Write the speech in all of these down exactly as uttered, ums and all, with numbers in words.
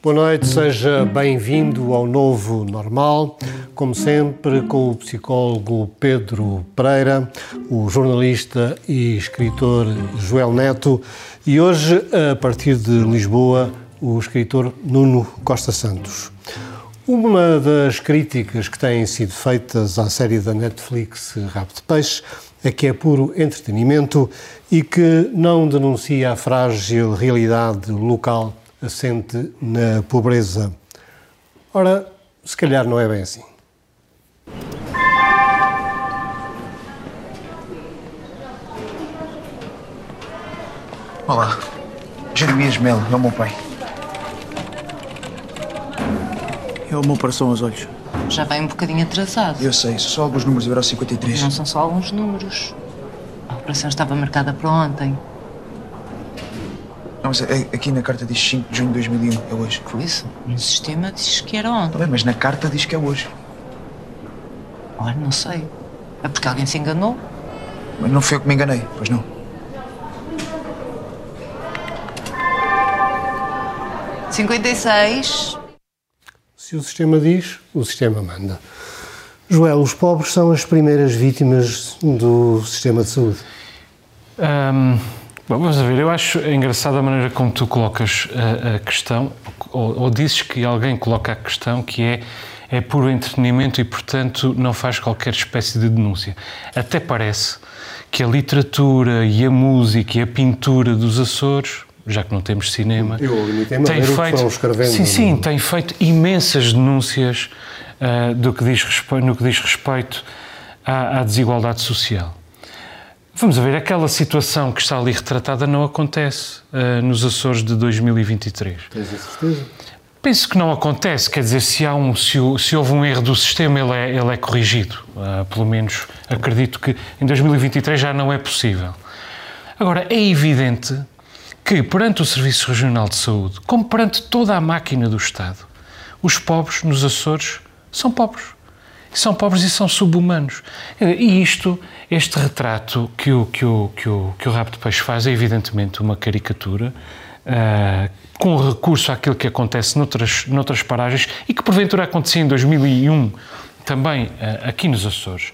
Boa noite, seja bem-vindo ao Novo Normal, como sempre com o psicólogo Pedro Pereira, o jornalista e escritor Joel Neto e hoje, a partir de Lisboa, o escritor Nuno Costa Santos. Uma das críticas que têm sido feitas à série da Netflix Rabo de Peixe é que é puro entretenimento e que não denuncia a frágil realidade local assente na pobreza. Ora, se calhar não é bem assim. Olá, Jeremias Melo, é o meu pai. É o meu coração aos olhos. Já vai um bocadinho atrasado. Eu sei, são só alguns números do Euro cinquenta e três. Não são só alguns números. A operação estava marcada para ontem. Não, mas é, aqui na carta diz cinco de junho de dois mil e um, é hoje. Por isso, no sistema diz que era ontem. Está bem, mas na carta diz que é hoje. Olha, não sei. É porque alguém se enganou? Mas não foi eu que me enganei, pois não. cinquenta e seis. Se o sistema diz, o sistema manda. Joel, os pobres são as primeiras vítimas do sistema de saúde. Um, bom, vamos ver, eu acho engraçada a maneira como tu colocas a, a questão, ou, ou dizes que alguém coloca a questão que é, é puro entretenimento e, portanto, não faz qualquer espécie de denúncia. Até parece que a literatura e a música e a pintura dos Açores, já que não temos cinema, eu limitei-me a ver o que foram escrevendo. Sim, sim, tem feito imensas denúncias uh, do que diz respeito, no que diz respeito à, à desigualdade social. Vamos ver, aquela situação que está ali retratada não acontece uh, nos Açores de dois mil e vinte e três. Tens a certeza? Penso que não acontece, quer dizer, se, há um, se, se houve um erro do sistema, ele é, ele é corrigido. Uh, pelo menos acredito que em dois mil e vinte e três já não é possível. Agora, é evidente que perante o Serviço Regional de Saúde, como perante toda a máquina do Estado, os pobres nos Açores são pobres. São pobres e são sub-humanos. E isto, este retrato que o, que o, que o, que o Rabo de Peixe faz é evidentemente uma caricatura, uh, com recurso àquilo que acontece noutras, noutras paragens e que porventura acontecia em dois mil e um também uh, aqui nos Açores.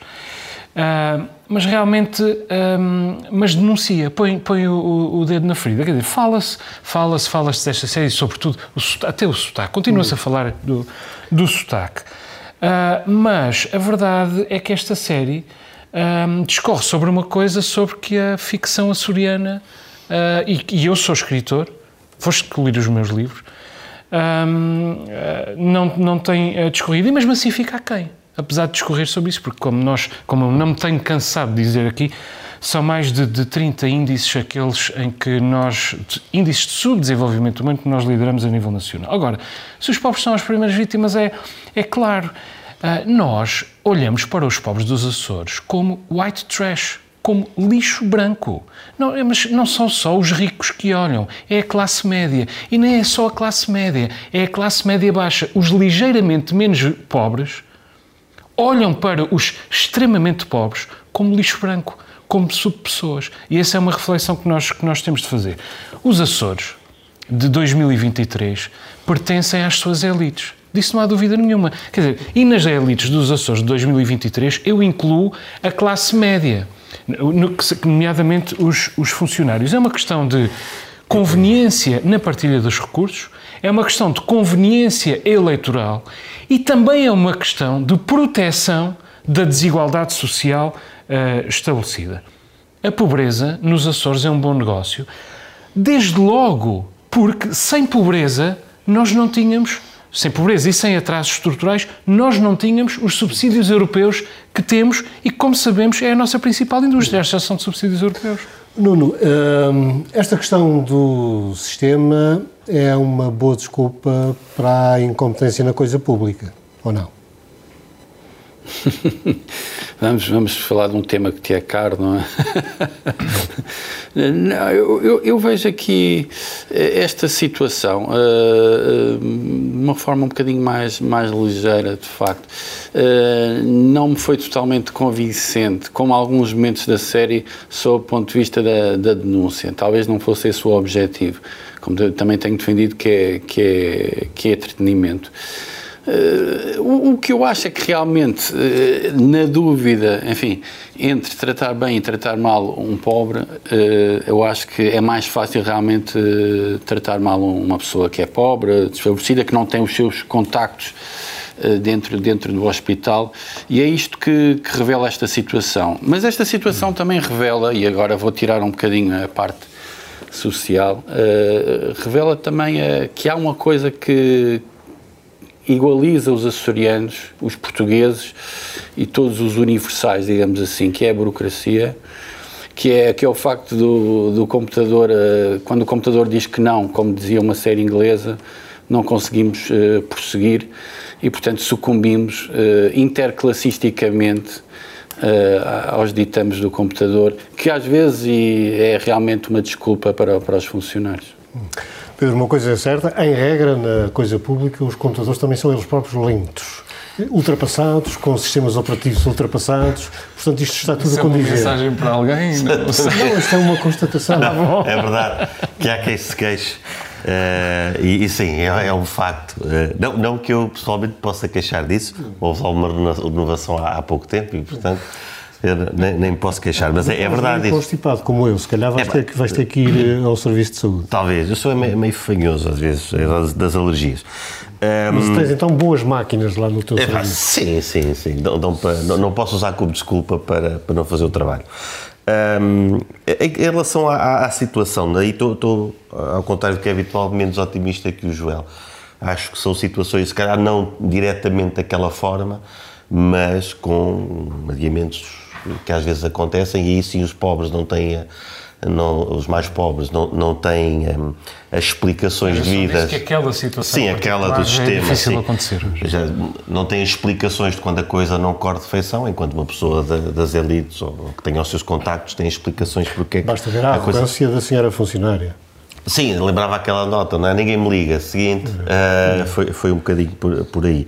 Uh, mas realmente, um, mas denuncia, põe, põe o, o dedo na ferida, quer dizer, fala-se, fala-se, fala-se desta série, sobretudo, o, até o sotaque, continua-se a falar do, do sotaque, uh, mas a verdade é que esta série um, discorre sobre uma coisa sobre que a ficção açoriana, uh, e, e eu sou escritor, foste ler os meus livros, um, uh, não, não tem uh, discorrido, e mesmo assim fica aquém. Apesar de discorrer sobre isso, porque como nós, como eu não me tenho cansado de dizer aqui, são mais de, de trinta índices aqueles em que nós, índices de subdesenvolvimento humano que nós lideramos a nível nacional. Agora, se os pobres são as primeiras vítimas, é, é claro, uh, nós olhamos para os pobres dos Açores como white trash, como lixo branco. Não, mas não são só os ricos que olham, é a classe média. E nem é só a classe média, é a classe média baixa. Os ligeiramente menos pobres olham para os extremamente pobres como lixo branco, como subpessoas. E essa é uma reflexão que nós, que nós temos de fazer. Os Açores, de dois mil e vinte e três, pertencem às suas elites. Disso não há dúvida nenhuma. Quer dizer, e nas elites dos Açores de dois mil e vinte e três, eu incluo a classe média, nomeadamente os, os funcionários. É uma questão de conveniência na partilha dos recursos, é uma questão de conveniência eleitoral e também é uma questão de proteção da desigualdade social uh, estabelecida. A pobreza nos Açores é um bom negócio, desde logo porque sem pobreza nós não tínhamos, sem pobreza e sem atrasos estruturais, nós não tínhamos os subsídios europeus que temos e que, como sabemos, é a nossa principal indústria, a extração de subsídios europeus. Nuno, esta questão do sistema é uma boa desculpa para a incompetência na coisa pública, ou não? vamos, vamos falar de um tema que te é caro, não é? Não, eu, eu, eu vejo aqui esta situação uh, uh, de uma forma um bocadinho mais, mais ligeira, de facto. Uh, não me foi totalmente convincente, como alguns momentos da série, sob o ponto de vista da, da denúncia. Talvez não fosse esse o objetivo. como também tenho defendido que é, que é, que é entretenimento. Uh, o, o que eu acho é que realmente, uh, na dúvida, enfim, entre tratar bem e tratar mal um pobre, uh, eu acho que é mais fácil realmente uh, tratar mal uma pessoa que é pobre, desfavorecida, que não tem os seus contactos uh, dentro, dentro do hospital, e é isto que, que revela esta situação. Mas esta situação também revela, e agora vou tirar um bocadinho a parte social, uh, revela também uh, que há uma coisa que igualiza os açorianos, os portugueses e todos os universais, digamos assim, que é a burocracia, que é, que é o facto do, do computador, quando o computador diz que não, como dizia uma série inglesa, não conseguimos uh, prosseguir e, portanto, sucumbimos uh, interclassisticamente uh, aos ditames do computador, que às vezes é realmente uma desculpa para, para os funcionários. Pedro, uma coisa é certa, em regra, na coisa pública, os computadores também são eles próprios lentos, ultrapassados, com sistemas operativos ultrapassados, portanto isto está tudo a condizer. Isso é uma mensagem para alguém? Não, não, isto é uma constatação. Não, é verdade que há quem se queixe, uh, e, e sim, é, é um facto. Uh, não, não que eu pessoalmente possa queixar disso, houve uma renovação há, há pouco tempo e, portanto, eu nem, nem posso queixar, mas é, é verdade isso. Constipado como eu, se calhar vais, é, ter, que, vais ter que ir ao serviço de saúde. Talvez, eu sou meio, meio fanhoso às vezes das, das alergias. Um, mas tens então boas máquinas lá no teu é, serviço? Sim, sim, sim. Não, não, não, não posso usar como desculpa para, para não fazer o trabalho. Um, em, em relação à, à situação, daí estou, estou, ao contrário do que é habitual, menos otimista que o Joel. Acho que são situações, se calhar não diretamente daquela forma, mas com adiamentos que às vezes acontecem, e aí sim os pobres não têm, não, os mais pobres não, não têm um, as explicações devidas. Que aquela situação sim, aquela do sistema, é difícil sim, acontecer. Já não tem explicações de quando a coisa não corre de feição, enquanto uma pessoa da, das elites ou que tenha os seus contactos tem explicações porque é que basta ver a arrogância coisa... da senhora funcionária. Sim, lembrava aquela nota, não é? Ninguém me liga. Seguinte, uh, foi, foi um bocadinho por, por aí.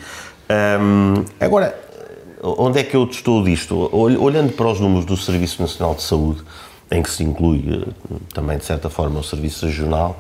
Um, agora, onde é que eu estou disto? Olhando para os números do Serviço Nacional de Saúde, em que se inclui também, de certa forma, o Serviço Regional,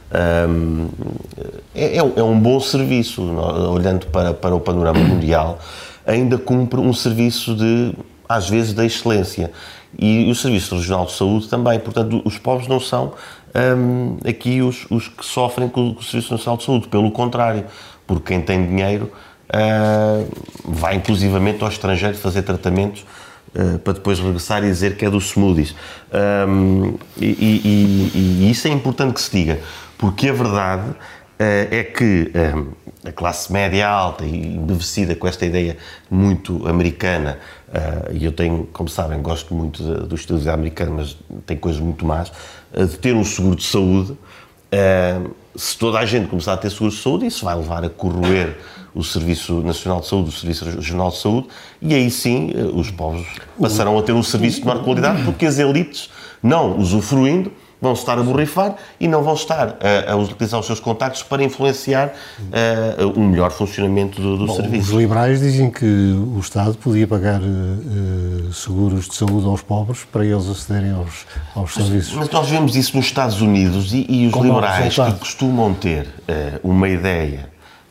um, é, é um bom serviço. Olhando para, para o panorama mundial, ainda cumpre um serviço de, às vezes, de excelência. E o Serviço Regional de Saúde também. Portanto, os pobres não são um, aqui os, os que sofrem com o Serviço Nacional de Saúde. Pelo contrário, porque quem tem dinheiro Uh, vai inclusivamente ao estrangeiro fazer tratamentos uh, para depois regressar e dizer que é dos smoothies. Um, e, e, e, e isso é importante que se diga, porque a verdade uh, é que um, a classe média alta e embevecida com esta ideia muito americana, uh, e eu tenho, como sabem, gosto muito de, do estilo americano, mas tem coisas muito mais, uh, de ter um seguro de saúde. Uh, se toda a gente começar a ter seguro de saúde, isso vai levar a corroer o Serviço Nacional de Saúde, o Serviço Regional de Saúde, e aí sim os povos passarão a ter um serviço de maior qualidade, porque as elites, não usufruindo, vão estar a borrifar e não vão estar a, a utilizar os seus contactos para influenciar uh, um melhor funcionamento do, do Bom, serviço. Os liberais dizem que o Estado podia pagar uh, seguros de saúde aos pobres para eles acederem aos, aos mas, serviços. Mas nós vemos isso nos Estados Unidos e, e os Como liberais que costumam ter uh, uma ideia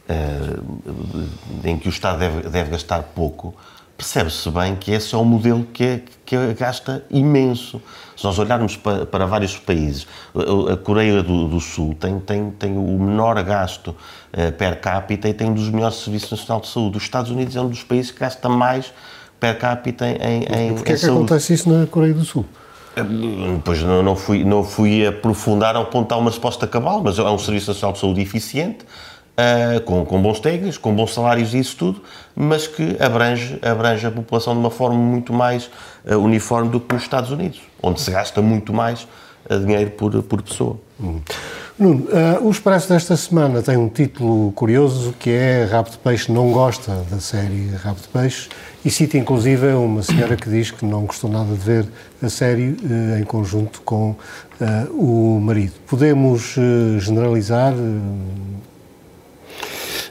uh, em que o Estado deve, deve gastar pouco, percebe-se bem que esse é um modelo que, é, que gasta imenso. Se nós olharmos para, para vários países, a Coreia do, do Sul tem, tem, tem o menor gasto uh, per capita e tem um dos melhores serviços nacional de saúde. Os Estados Unidos é um dos países que gasta mais per capita em, em, Porquê em é que saúde. acontece isso na Coreia do Sul? Pois não, não, fui, não fui aprofundar ao ponto de dar uma resposta cabal, mas é um serviço nacional de saúde eficiente, Uh, com, com bons técnicos, com bons salários e isso tudo, mas que abrange, abrange a população de uma forma muito mais uh, uniforme do que nos Estados Unidos, onde se gasta muito mais uh, dinheiro por, por pessoa. Hum. Nuno, uh, o Expresso desta semana tem um título curioso que é Rabo de Peixe não gosta da série Rabo de Peixe e cita inclusive uma senhora que diz que não gostou nada de ver a série uh, em conjunto com uh, o marido. Podemos uh, generalizar? Uh,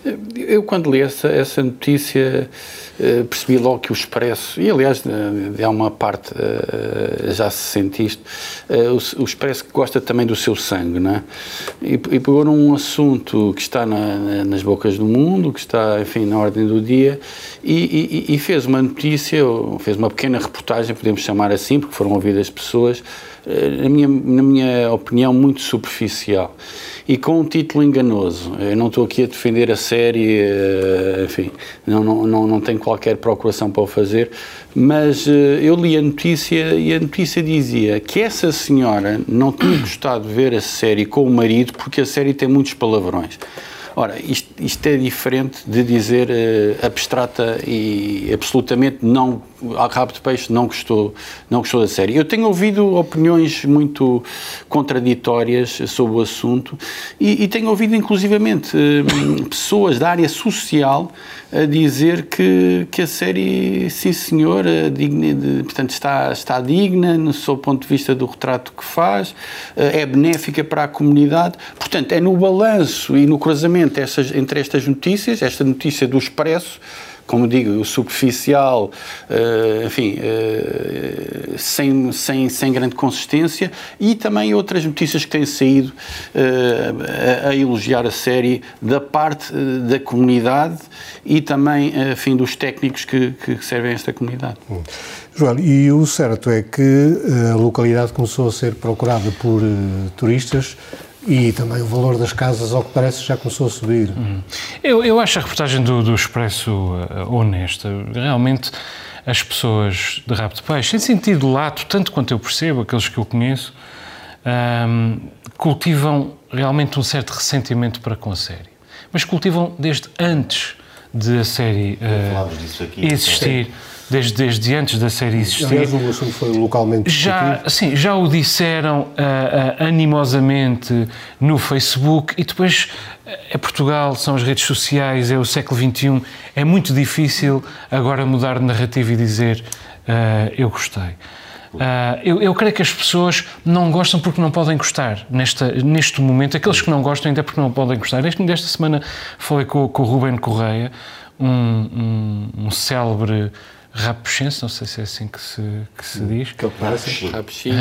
Eu, quando li essa, essa notícia, percebi logo que o Expresso, e aliás, há uma parte, já se sente isto, o Expresso gosta também do seu sangue, não é? E, e pegou num assunto que está na, nas bocas do mundo, que está, enfim, na ordem do dia, e, e, e fez uma notícia, fez uma pequena reportagem, podemos chamar assim, porque foram ouvidas pessoas, na minha, na minha opinião, muito superficial. E com um título enganoso. Eu não estou aqui a defender a série, enfim, não, não, não, não tenho qualquer procuração para o fazer, mas eu li a notícia e a notícia dizia que essa senhora não tinha gostado de ver a série com o marido porque a série tem muitos palavrões. Ora, isto, isto é diferente de dizer uh, abstrata e absolutamente não, a Rabo de Peixe não gostou, não gostou da série. Eu tenho ouvido opiniões muito contraditórias sobre o assunto e, e tenho ouvido inclusivamente uh, pessoas da área social a dizer que, que a série, sim senhor, digna de, portanto está, está digna no seu ponto de vista do retrato que faz, uh, é benéfica para a comunidade. Portanto, é no balanço e no cruzamento Estas, entre estas notícias, esta notícia do Expresso, como digo, o superficial, uh, enfim, uh, sem, sem, sem grande consistência, e também outras notícias que têm saído uh, a, a elogiar a série da parte uh, da comunidade e também, enfim, dos técnicos que, que servem a esta comunidade. Hum. Joel, e o certo é que a localidade começou a ser procurada por uh, turistas. E também o valor das casas, ao que parece, já começou a subir. Hum. Eu, eu acho a reportagem do, do Expresso uh, honesta. Realmente, as pessoas de Rabo de Peixe, em sentido lato, tanto quanto eu percebo, aqueles que eu conheço, um, cultivam realmente um certo ressentimento para com a série. Mas cultivam desde antes de a série uh, disso aqui, existir. Sim. Desde, desde antes da série existir. Aliás, o assunto foi localmente já, sim, já o disseram uh, uh, animosamente no Facebook e depois é Portugal, são as redes sociais, é o século vinte e um, é muito difícil agora mudar de narrativa e dizer uh, eu gostei. Uh, eu, eu creio que as pessoas não gostam porque não podem gostar nesta, neste momento, aqueles que não gostam ainda porque não podem gostar. Este, desta semana falei com, com o Ruben Correia, um, um, um célebre rapochense, não sei se é assim que se, que se diz. Que ele parece Rapochinho.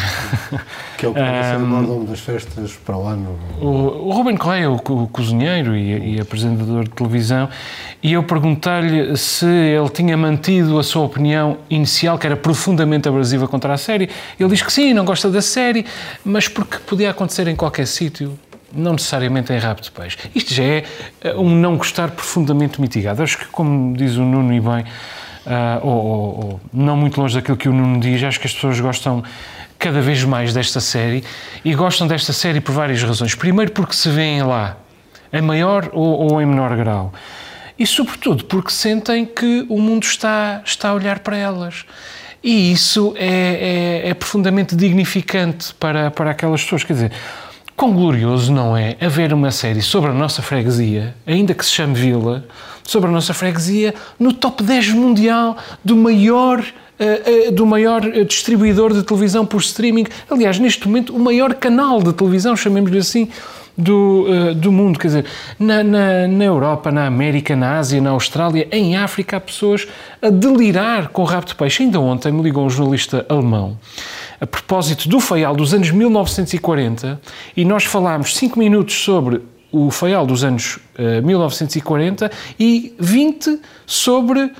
Que ele parece ser o mordomo das festas para o ano. O, o Ruben Correia, o, o cozinheiro e, e apresentador de televisão, e eu perguntei-lhe se ele tinha mantido a sua opinião inicial, que era profundamente abrasiva contra a série. Ele diz que sim, não gosta da série, mas porque podia acontecer em qualquer sítio, não necessariamente em Rabo de Peixe. Isto já é um não gostar profundamente mitigado. Acho que, como diz o Nuno e bem, Uh, ou, ou, ou não muito longe daquilo que o Nuno diz, acho que as pessoas gostam cada vez mais desta série e gostam desta série por várias razões. Primeiro porque se vêem lá, em maior ou, ou em menor grau. E sobretudo porque sentem que o mundo está, está a olhar para elas. E isso é, é, é profundamente dignificante para, para aquelas pessoas. Quer dizer, quão glorioso não é haver uma série sobre a nossa freguesia, ainda que se chame Vila, sobre a nossa freguesia, no top dez mundial do maior, uh, uh, do maior distribuidor de televisão por streaming. Aliás, neste momento, o maior canal de televisão, chamemos-lhe assim, do, uh, do mundo. Quer dizer, na, na, na Europa, na América, na Ásia, na Austrália, em África, há pessoas a delirar com o Rabo de Peixe. Ainda ontem me ligou um jornalista alemão a propósito do Faial dos anos mil novecentos e quarenta e nós falámos cinco minutos sobre o Faial dos anos uh, mil novecentos e quarenta e vinte sobre uh,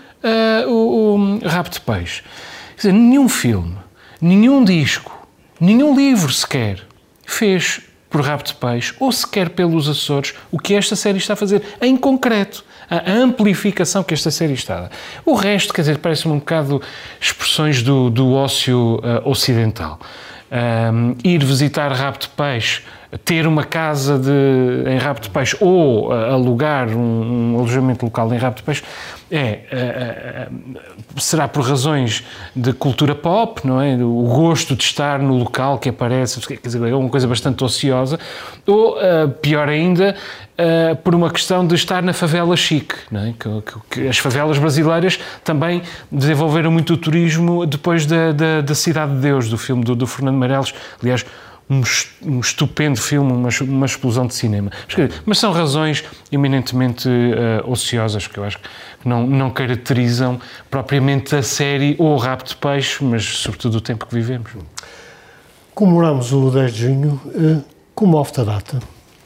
o, o Rabo de Peixe. Quer dizer, nenhum filme, nenhum disco, nenhum livro sequer fez por Rabo de Peixe ou sequer pelos Açores o que esta série está a fazer em concreto. A amplificação que esta série está a dar. O resto, quer dizer, parece-me um bocado expressões do, do ócio uh, ocidental. Um, ir visitar Rabo de Peixe, ter uma casa de, em Rabo de Peixe ou uh, alugar um, um alojamento local em Rabo de Peixe é, uh, uh, será por razões de cultura pop, não é? O gosto de estar no local que aparece, quer dizer, é uma coisa bastante ociosa, ou uh, pior ainda, Uh, por uma questão de estar na favela chique, não é? que, que, que as favelas brasileiras também desenvolveram muito o turismo depois da, da, da Cidade de Deus, do filme do, do Fernando Meirelles. Aliás, um, um estupendo filme, uma, uma explosão de cinema. Mas, mas são razões eminentemente uh, ociosas, que eu acho que não, não caracterizam propriamente a série ou o Rabo de Peixe, mas sobretudo o tempo que vivemos. Comemoramos o dez de junho. Uh, como off da data?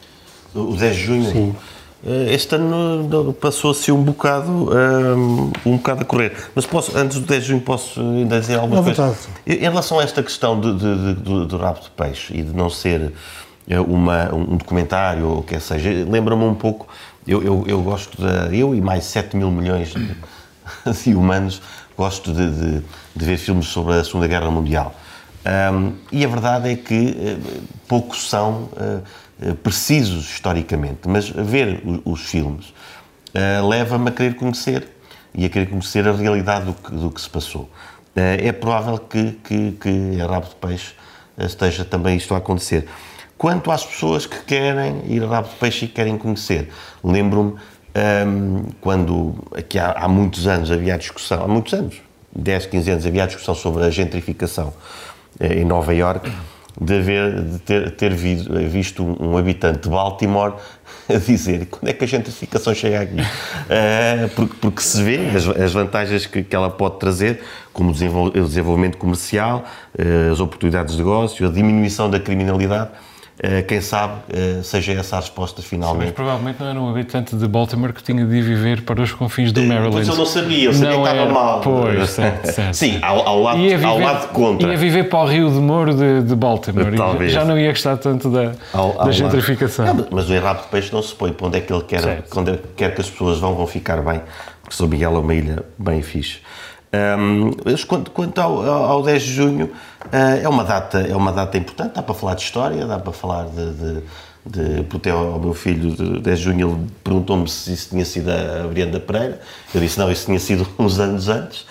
O dez de junho? Sim. Este ano passou-se um bocado, um, um bocado a correr. Mas posso, antes do dez de junho posso ainda dizer alguma coisa? Em relação a esta questão de, de, de, do, do Rabo de Peixe e de não ser uma, um documentário ou o que seja, lembra-me um pouco, eu, eu, eu gosto de, eu e mais sete mil milhões de, de humanos gosto de, de, de ver filmes sobre a Segunda Guerra Mundial. Um, e a verdade é que uh, poucos são uh, precisos historicamente, mas ver os filmes uh, leva-me a querer conhecer e a querer conhecer a realidade do que, do que se passou. Uh, é provável que, que, que a Rabo de Peixe esteja também isto a acontecer. Quanto às pessoas que querem ir a Rabo de Peixe e querem conhecer, lembro-me um, quando, aqui há, há muitos anos havia a discussão, há muitos anos, dez, quinze anos, havia a discussão sobre a gentrificação uh, em Nova Iorque, de, haver, de ter, ter visto um, um habitante de Baltimore a dizer quando é que a gentrificação chega aqui. Uh, porque, porque se vê as, as vantagens que, que ela pode trazer, como o desenvolvimento comercial, uh, as oportunidades de negócio, a diminuição da criminalidade. Uh, quem sabe uh, seja essa a resposta finalmente. Sim, mas provavelmente não era um habitante de Baltimore que tinha de ir viver para os confins do Maryland. Mas eu não sabia, eu sabia não que estava era, mal. Pois, certo, certo. Sim, ao, ao, lado, viver, ao lado de contra. Ia viver para o Rio de Moro de, de Baltimore. Talvez. Já não ia gostar tanto da, ao, ao da gentrificação. Não, mas o Rabo de Peixe não se põe para onde é que ele quer, onde ele quer que as pessoas vão, vão ficar bem, porque São Miguel é uma ilha bem fixe. Um, quanto quanto ao, ao dez de junho, uh, é, uma data, é uma data importante, dá para falar de história, dá para falar de... de, de porque ao meu filho, de dez de junho, ele perguntou-me se isso tinha sido a Brianda Pereira. Eu disse não, isso tinha sido uns anos antes.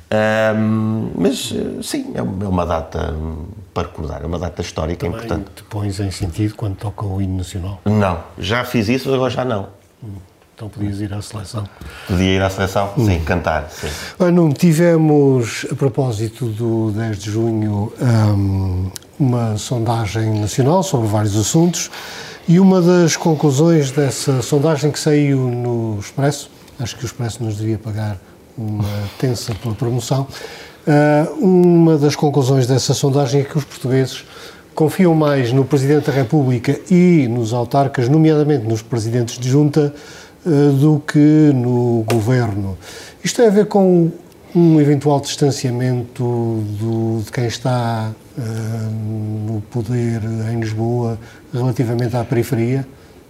Um, mas, sim, é uma data para recordar, é uma data histórica também importante. Te pões em sentido quando toca o hino nacional? Não, já fiz isso, mas agora já não. Hum. Então podias ir à seleção. Podia ir à seleção? Hum. Sim, cantar. Sim. Ah, não, tivemos, a propósito do dez de junho, um, uma sondagem nacional sobre vários assuntos e uma das conclusões dessa sondagem que saiu no Expresso, acho que o Expresso nos devia pagar uma tensa pela promoção, uh, uma das conclusões dessa sondagem é que os portugueses confiam mais no Presidente da República e nos autarcas, nomeadamente nos presidentes de junta, do que no governo. Isto tem a ver com um eventual distanciamento do, de quem está uh, no poder em Lisboa relativamente à periferia?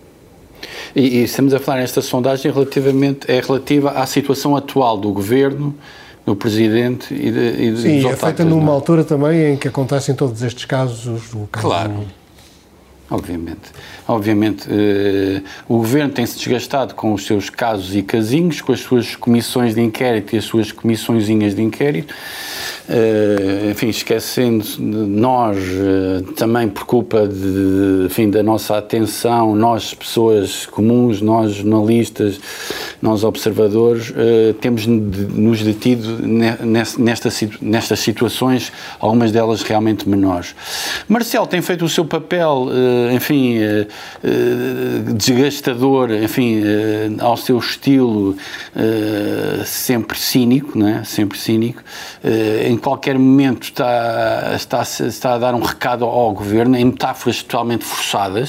E, e estamos a falar nesta sondagem relativamente, é relativa à situação atual do governo, do Presidente e, de, e dos Sim, autarcas. Sim, é feita numa altura também em que acontecem todos estes casos. O caso claro. Do... Obviamente. Obviamente, eh, o Governo tem-se desgastado com os seus casos e casinhos, com as suas comissões de inquérito e as suas comissõezinhas de inquérito, eh, enfim, esquecendo de nós, eh, também por culpa de, enfim, da nossa atenção, nós pessoas comuns, nós jornalistas, nós observadores, eh, temos de, nos detido nesta, nestas situações, algumas delas realmente menores. Marcelo tem feito o seu papel, eh, enfim, eh, desgastador, enfim, eh, ao seu estilo, eh, sempre cínico, não é? Sempre cínico. Eh, em qualquer momento está, está, está a dar um recado ao governo em metáforas totalmente forçadas.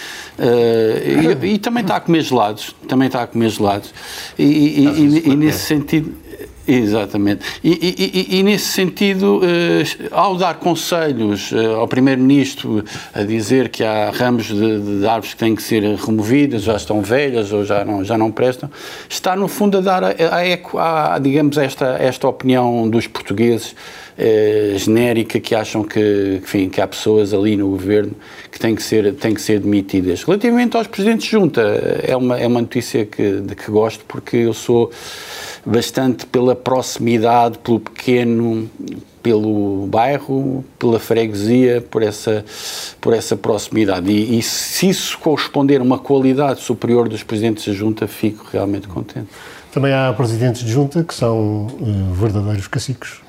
Uh, e, e também está a comer gelados, também está a comer gelados, e, e, e, e nesse sentido, exatamente, e, e, e, e nesse sentido, uh, ao dar conselhos uh, ao Primeiro-Ministro a dizer que há ramos de, de árvores que têm que ser removidas, já estão velhas ou já não, já não prestam, está no fundo a dar a, a eco, a, digamos, esta, esta opinião dos portugueses, Eh, genérica, que acham que, enfim, que há pessoas ali no governo que têm que ser, têm que ser demitidas. Relativamente aos presidentes de junta, é uma, é uma notícia que, de que gosto, porque eu sou bastante pela proximidade, pelo pequeno, pelo bairro, pela freguesia, por essa, por essa proximidade. E, e se isso corresponder a uma qualidade superior dos presidentes de junta, fico realmente contente. Também há presidentes de junta que são uh, verdadeiros caciques.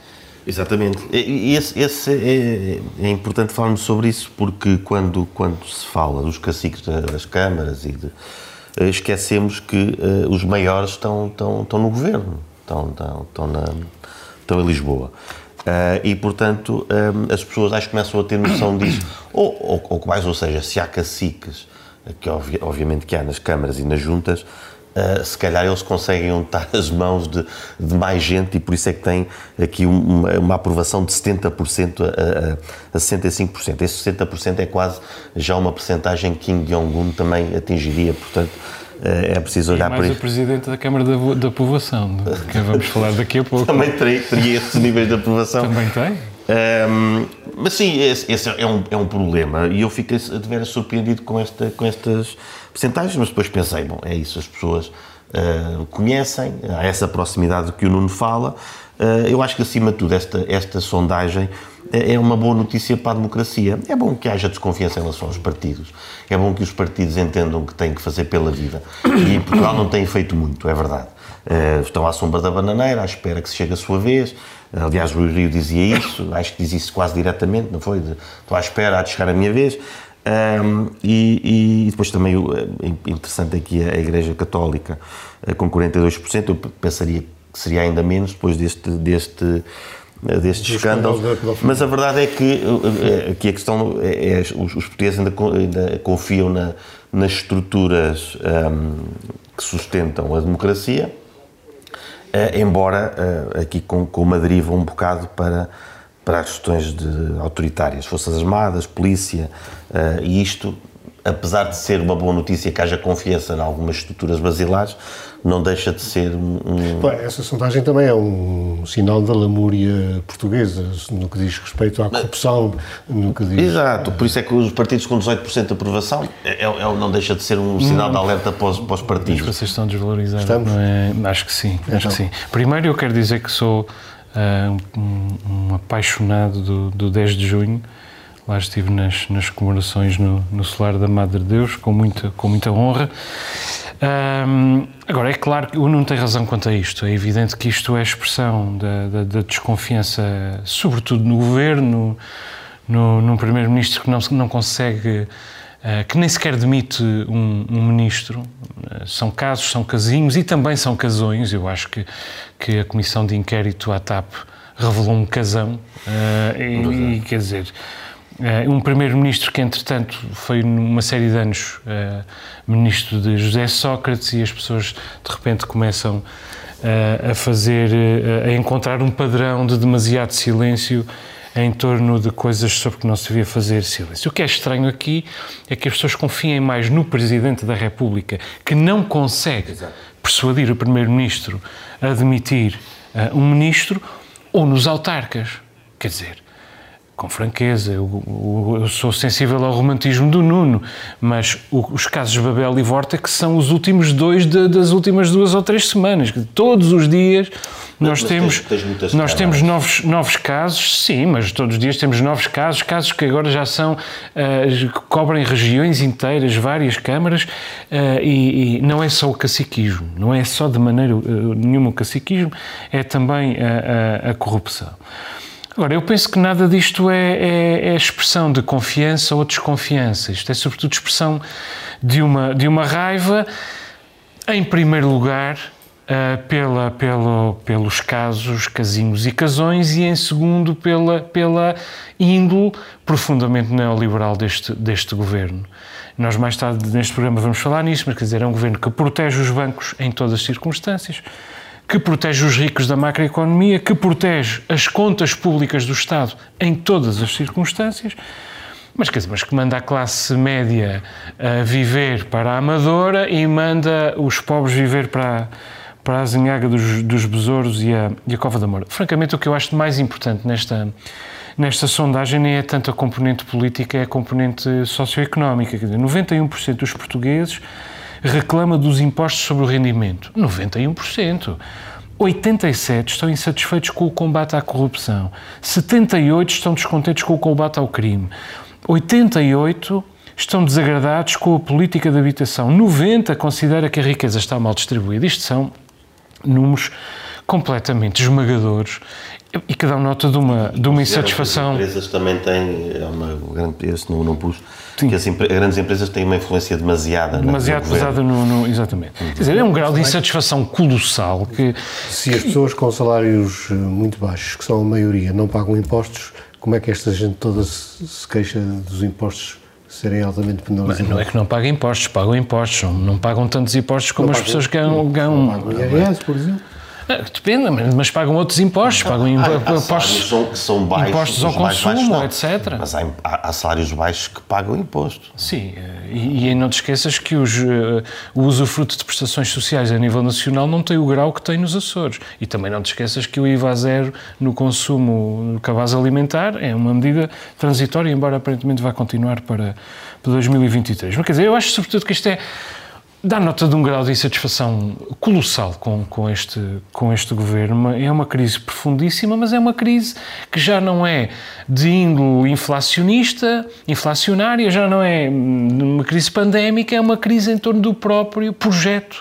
Exatamente. E esse, esse é, é importante falarmos sobre isso, porque quando, quando se fala dos caciques das câmaras e de, esquecemos que uh, os maiores estão, estão, estão no governo, estão, estão, estão, na, estão em Lisboa. Uh, e, portanto, um, as pessoas acho que começam a ter noção disso. Ou, ou, ou mais, ou seja, se há caciques, que obvi obviamente que há nas câmaras e nas juntas, uh, se calhar eles conseguem untar as mãos de, de mais gente, e por isso é que tem aqui uma, uma aprovação de setenta por cento a, a, a sessenta e cinco por cento. Esse sessenta por cento é quase já uma percentagem que Kim Jong-un também atingiria, portanto, é preciso olhar para isso. Mais o Presidente da Câmara da, da Povoação, que vamos falar daqui a pouco. Também teria, teria esses níveis de aprovação. Também tem. Um, mas sim, esse, esse é, um, é um problema, e eu fiquei de veras surpreendido com, esta, com estas percentagens, mas depois pensei, bom, é isso, as pessoas uh, conhecem, há essa proximidade que o Nuno fala. Uh, eu acho que, acima de tudo, esta, esta sondagem é uma boa notícia para a democracia. É bom que haja desconfiança em relação aos partidos. É bom que os partidos entendam que têm que fazer pela vida. E em Portugal não têm feito muito, é verdade. Uh, estão à sombra da bananeira, à espera que se chegue a sua vez. Aliás, o Rio dizia isso, acho que diz isso quase diretamente, não foi? De, estou à espera, há de chegar a minha vez. Um, e, e depois também, interessante aqui, a Igreja Católica com quarenta e dois por cento, eu pensaria que seria ainda menos depois deste... deste deste escândalo, mas a verdade é que aqui a questão é, é os, os portugueses ainda, ainda confiam na, nas estruturas um, que sustentam a democracia, uh, embora uh, aqui com, com uma deriva um bocado para, para as questões de autoritárias, Forças Armadas, Polícia, uh, e isto, apesar de ser uma boa notícia que haja confiança em algumas estruturas basilares, não deixa de ser um... Bom, essa sondagem também é um sinal da lamúria portuguesa, no que diz respeito à corrupção, no que diz... Exato, por isso é que os partidos com dezoito por cento de aprovação é, é, não deixa de ser um sinal de alerta para os, para os partidos. Mas vocês estão desvalorizados, não é? Acho que sim, então. acho que sim. Primeiro eu quero dizer que sou uh, um, um apaixonado do, do dez de junho. Lá estive nas, nas comemorações no, no Solar da Madre de Deus, com muita, com muita honra. Um, agora, é claro que o Nuno tem razão quanto a isto. É evidente que isto é a expressão da, da, da desconfiança, sobretudo no governo, no, num primeiro-ministro que não, não consegue, uh, que nem sequer demite um, um ministro. Uh, são casos, são casinhos e também são casões. Eu acho que, que a comissão de inquérito à TAP revelou um casão. Uh, e, e, quer dizer... Uh, um primeiro-ministro que, entretanto, foi numa série de anos uh, ministro de José Sócrates, e as pessoas, de repente, começam uh, a fazer, uh, a encontrar um padrão de demasiado silêncio em torno de coisas sobre que não se devia fazer silêncio. O que é estranho aqui é que as pessoas confiem mais no Presidente da República, que não consegue Exato. persuadir o primeiro-ministro a demitir uh, um ministro, ou nos autarcas. Quer dizer, com franqueza, eu, eu sou sensível ao romantismo do Nuno, mas o, os casos de Babel e Vortex são os últimos dois de, das últimas duas ou três semanas. Todos os dias nós mas temos, tens, tens nós temos novos, novos casos, sim, mas todos os dias temos novos casos, casos que agora já são, uh, cobrem regiões inteiras, várias câmaras, uh, e, e não é só o caciquismo, não é só de maneira uh, nenhuma o caciquismo, é também a, a, a corrupção. Agora, eu penso que nada disto é, é, é expressão de confiança ou desconfiança. Isto é, sobretudo, expressão de uma, de uma raiva, em primeiro lugar, uh, pela, pela, pelos casos, casinhos e casões, e, em segundo, pela, pela índole profundamente neoliberal deste, deste governo. Nós, mais tarde, neste programa, vamos falar nisso, mas, quer dizer, é um governo que protege os bancos em todas as circunstâncias, que protege os ricos da macroeconomia, que protege as contas públicas do Estado em todas as circunstâncias, mas, quer dizer, mas que manda a classe média a viver para a Amadora e manda os pobres viver para, para a Azinhaga dos, dos Besouros e a, e a Cova da Moura. Francamente, o que eu acho mais importante nesta, nesta sondagem nem é tanto a componente política, é a componente socioeconómica. Quer dizer, noventa e um por cento dos portugueses reclama dos impostos sobre o rendimento. noventa e um por cento. oitenta e sete por cento estão insatisfeitos com o combate à corrupção. setenta e oito por cento estão descontentes com o combate ao crime. oitenta e oito por cento estão desagradados com a política de habitação. noventa por cento considera que a riqueza está mal distribuída. Isto são números completamente esmagadores e que dão nota de uma, de uma insatisfação. As empresas também têm, é uma grande, esse não, não pus, Sim. que as empre, grandes empresas têm uma influência demasiada. Demasiado pesada no, no... Exatamente. Uhum. Quer dizer, é um grau de insatisfação colossal que... Se as pessoas com salários muito baixos, que são a maioria, não pagam impostos, como é que esta gente toda se, se queixa dos impostos serem altamente penalizados? Não é que não pagam impostos, pagam impostos, não pagam tantos impostos como não as pagam, pessoas ganham. ganham não pagam I R S, por exemplo. Depende, mas pagam outros impostos, pagam há, há impostos, são, são baixos, impostos ao consumo, baixos, etcétera. Mas há, há salários baixos que pagam imposto. Sim, e, e não te esqueças que os, o usufruto de prestações sociais a nível nacional não tem o grau que tem nos Açores. E também não te esqueças que o I V A zero no consumo no cabaz alimentar é uma medida transitória, embora aparentemente vá continuar para, para dois mil e vinte e três. Mas quer dizer, eu acho sobretudo que isto é... dá nota de um grau de insatisfação colossal com, com, este, com este governo. É uma crise profundíssima, mas é uma crise que já não é de índole inflacionista, inflacionária, já não é uma crise pandémica, é uma crise em torno do próprio projeto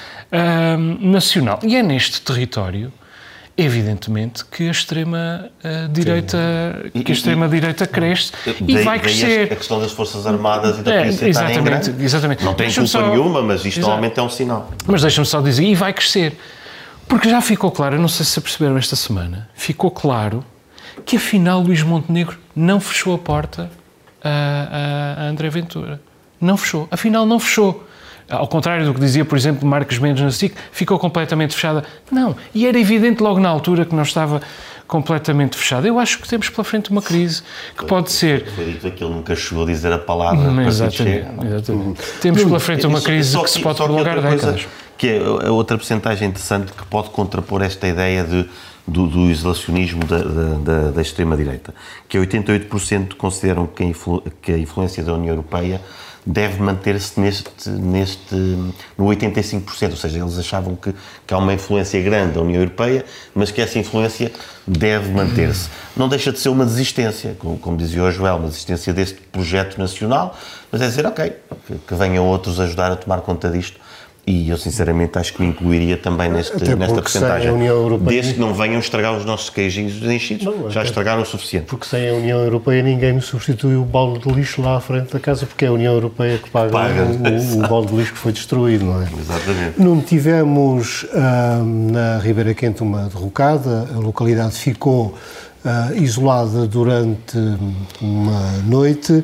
uh, nacional. E é neste território, evidentemente, que a extrema-direita que a extrema-direita cresce e, e vai crescer. A questão das Forças Armadas e da Polícia está em grande. Exatamente. Não tem culpa só, nenhuma, mas isto normalmente é um sinal. Mas deixa-me só dizer, e vai crescer. Porque já ficou claro, eu não sei se perceberam esta semana, ficou claro que afinal Luís Montenegro não fechou a porta a, a, a André Ventura. Não fechou. Afinal não fechou. Ao contrário do que dizia, por exemplo, Marcos Mendes na S I C, ficou completamente fechada. Não, e era evidente logo na altura que não estava completamente fechada. Eu acho que temos pela frente uma crise que foi, pode ser... Foi dito que ele nunca chegou a dizer a palavra. Hum, exatamente, exatamente. Temos pela frente uma crise que se pode prolongar décadas. Que é outra percentagem interessante que pode contrapor esta ideia de, do, do isolacionismo da, da, da extrema-direita, que oitenta e oito por cento consideram que a, influ, que a influência da União Europeia deve manter-se neste, neste, no oitenta e cinco por cento, ou seja, eles achavam que, que há uma influência grande da União Europeia, mas que essa influência deve manter-se. Não deixa de ser uma desistência, como, como dizia o Joel, uma desistência deste projeto nacional, mas é dizer, ok, que, que venham outros ajudar a tomar conta disto. E eu, sinceramente, acho que me incluiria também neste, nesta percentagem. Desde que não venham estragar os nossos queijinhos enchidos, não, já estragaram o suficiente. Porque sem a União Europeia ninguém me substitui o balde de lixo lá à frente da casa, porque é a União Europeia que paga, paga o, o, o balde de lixo que foi destruído, não é? Exatamente. Não tivemos ah, na Ribeira Quente uma derrocada, a localidade ficou ah, isolada durante uma noite.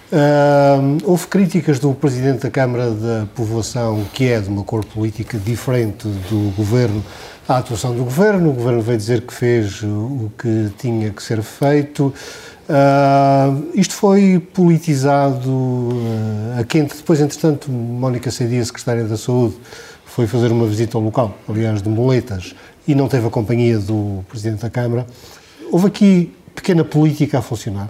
Uh, houve críticas do Presidente da Câmara da Povoação, que é de uma cor política diferente do Governo, à atuação do Governo. O Governo veio dizer que fez o que tinha que ser feito. Uh, isto foi politizado uh, a quente. Depois, entretanto, Mónica Saidia, Secretária da Saúde, foi fazer uma visita ao local, aliás, de muletas, e não teve a companhia do Presidente da Câmara. Houve aqui pequena política a funcionar.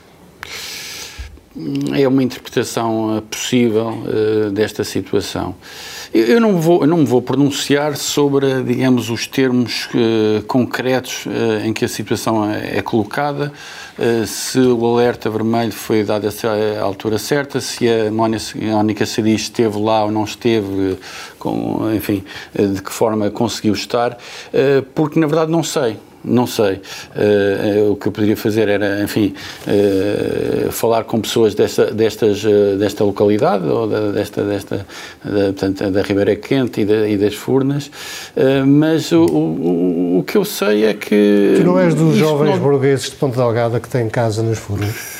É uma interpretação possível uh, desta situação. Eu, eu, não vou, eu não me vou pronunciar sobre, digamos, os termos uh, concretos uh, em que a situação é, é colocada, uh, se o alerta vermelho foi dado à altura certa, se a Mónica Saidia esteve lá ou não esteve, com, enfim, uh, de que forma conseguiu estar, uh, porque na verdade não sei. Não sei. Uh, o que eu poderia fazer era, enfim, uh, falar com pessoas desta, destas, uh, desta localidade, ou da, desta, desta, da, portanto, da Ribeira Quente e, da, e das Furnas, uh, mas o, o, o que eu sei é que... Tu não és dos jovens não... burgueses de Ponta Delgada que têm casa nas Furnas?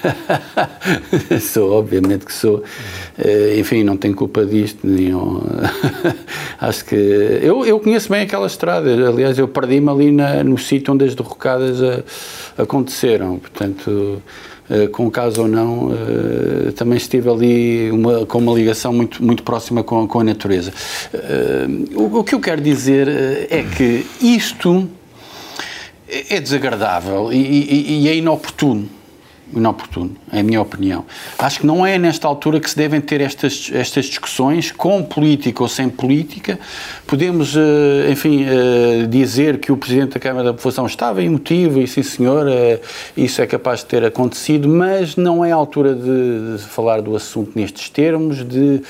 Sou, obviamente que sou. Uh, enfim, não tenho culpa disto. Nenhum. Acho que... Eu, eu conheço bem aquela estrada. Aliás, eu perdi-me ali na, no sítio onde as derrocadas a, aconteceram. Portanto, uh, com caso ou não, uh, também estive ali uma, com uma ligação muito, muito próxima com, com a natureza. Uh, o, o que eu quero dizer é que isto é desagradável e, e, e é inoportuno. inoportuno, é a minha opinião. Acho que não é nesta altura que se devem ter estas, estas discussões, com política ou sem política. Podemos, enfim, dizer que o Presidente da Câmara da Povoação estava emotivo, e sim senhor, isso é capaz de ter acontecido, mas não é a altura de, de falar do assunto nestes termos, de,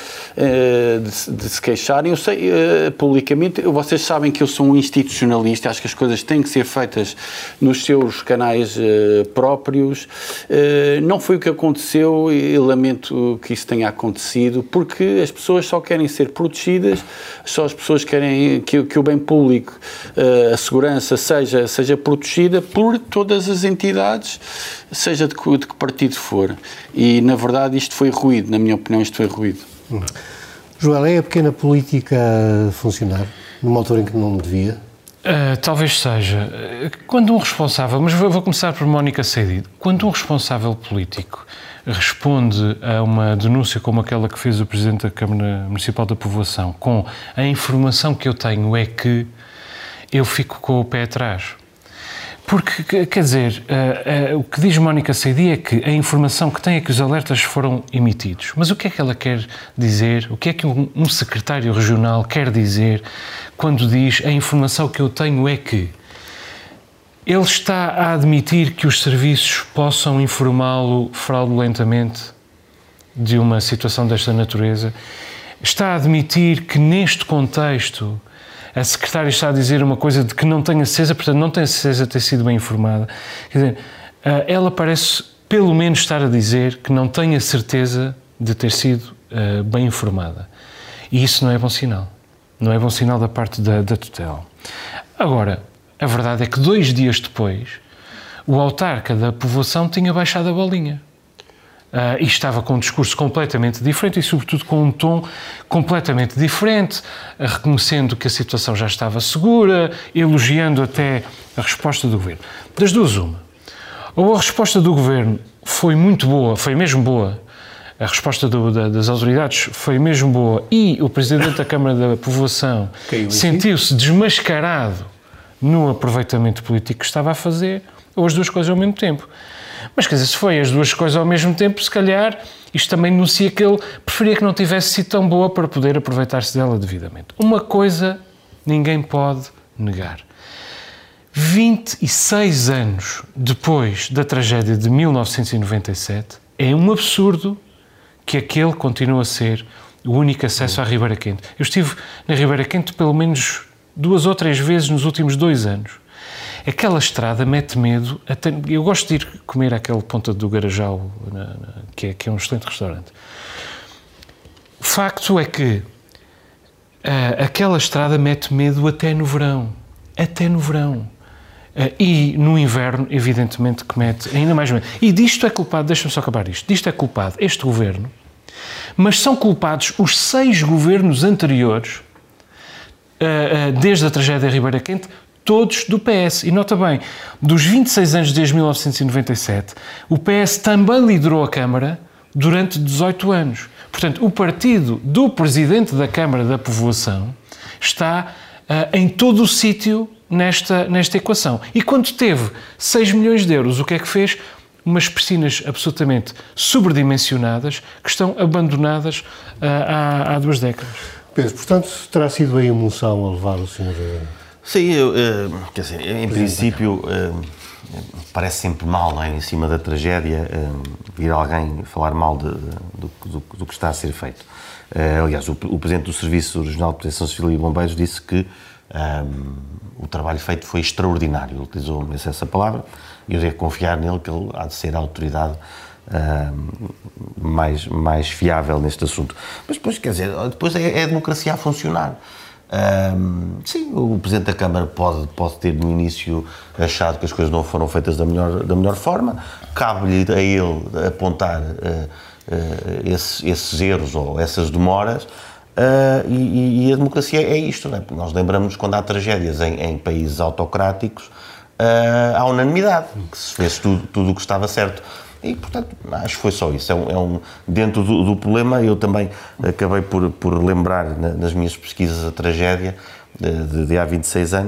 de, de se queixarem. Eu sei, publicamente, vocês sabem que eu sou um institucionalista, acho que as coisas têm que ser feitas nos seus canais próprios. Uh, não foi o que aconteceu e lamento que isso tenha acontecido, porque as pessoas só querem ser protegidas, só as pessoas querem que, que o bem público, uh, a segurança seja, seja protegida por todas as entidades, seja de que, de que partido for. E, na verdade, isto foi ruído, na minha opinião, isto foi ruído. Hum. Joel, é a pequena política a funcionar numa altura em que não devia? Uh, talvez seja. Quando um responsável, mas vou, vou começar por Mónica Seidi, quando um responsável político responde a uma denúncia como aquela que fez o Presidente da Câmara Municipal da Povoação, com a informação que eu tenho é que, eu fico com o pé atrás. Porque, quer dizer, uh, uh, o que diz Mónica Seidi é que a informação que tem é que os alertas foram emitidos. Mas o que é que ela quer dizer? O que é que um, um secretário regional quer dizer quando diz a informação que eu tenho é que? Ele está a admitir que os serviços possam informá-lo fraudulentamente de uma situação desta natureza? Está a admitir que neste contexto a secretária está a dizer uma coisa de que não tenho certeza, portanto não tenho certeza de ter sido bem informada. Quer dizer, ela parece pelo menos estar a dizer que não tem a certeza de ter sido uh, bem informada. E isso não é bom sinal. Não é bom sinal da parte da, da tutela. Agora, a verdade é que dois dias depois, o autarca da povoação tinha baixado a bolinha. Uh, e estava com um discurso completamente diferente e, sobretudo, com um tom completamente diferente, uh, reconhecendo que a situação já estava segura, elogiando até a resposta do Governo. Das duas, uma. Ou a resposta do Governo foi muito boa, foi mesmo boa, a resposta do, da, das autoridades foi mesmo boa e o Presidente da Câmara da Povoação sentiu-se desmascarado no aproveitamento político que estava a fazer, ou as duas coisas ao mesmo tempo. Mas, quer dizer, se foi as duas coisas ao mesmo tempo, se calhar isto também denuncia que ele preferia que não tivesse sido tão boa para poder aproveitar-se dela devidamente. Uma coisa ninguém pode negar. vinte e seis anos depois da tragédia de mil novecentos e noventa e sete, é um absurdo que aquele continua a ser o único acesso à Ribeira Quente. Eu estive na Ribeira Quente pelo menos duas ou três vezes nos últimos dois anos. Aquela estrada mete medo. Até, eu gosto de ir comer àquele Ponta do Garajal, na, na, que, é, que é um excelente restaurante. O facto é que uh, aquela estrada mete medo até no verão. Até no verão. Uh, e no inverno, evidentemente, que mete ainda mais medo. E disto é culpado, deixa-me só acabar isto, disto é culpado este governo, mas são culpados os seis governos anteriores, uh, uh, desde a tragédia da Ribeira Quente, todos do P S. E nota bem, dos vinte e seis anos desde mil novecentos e noventa e sete, o P S também liderou a Câmara durante dezoito anos. Portanto, o partido do Presidente da Câmara da Povoação está uh, em todo o sítio nesta, nesta equação. E quando teve seis milhões de euros, o que é que fez? Umas piscinas absolutamente sobredimensionadas que estão abandonadas uh, há, há duas décadas. Pedro, portanto, terá sido a emoção a levar o senhor... Sim, eu, quer dizer, em princípio, parece sempre mal, não é? Em cima da tragédia, vir alguém falar mal de, de, do, do, do que está a ser feito. Aliás, o, o Presidente do Serviço Regional de Proteção Civil e Bombeiros disse que um, o trabalho feito foi extraordinário, ele utilizou essa palavra, e eu devo confiar nele que ele há de ser a autoridade um, mais, mais fiável neste assunto. Mas depois, quer dizer, depois é, é a democracia a funcionar. Um, sim, o Presidente da Câmara pode, pode ter no início achado que as coisas não foram feitas da melhor, da melhor forma, cabe-lhe a ele apontar uh, uh, esses, esses erros ou essas demoras, uh, e, e a democracia é isto, não é? Nós lembramos quando há tragédias em, em países autocráticos, uh, há unanimidade, que se fez tudo, tudo o que estava certo. E, portanto, acho que foi só isso. É um, é um, dentro do, do problema, eu também acabei por, por lembrar na, nas minhas pesquisas a tragédia de, de, de há vinte e seis anos,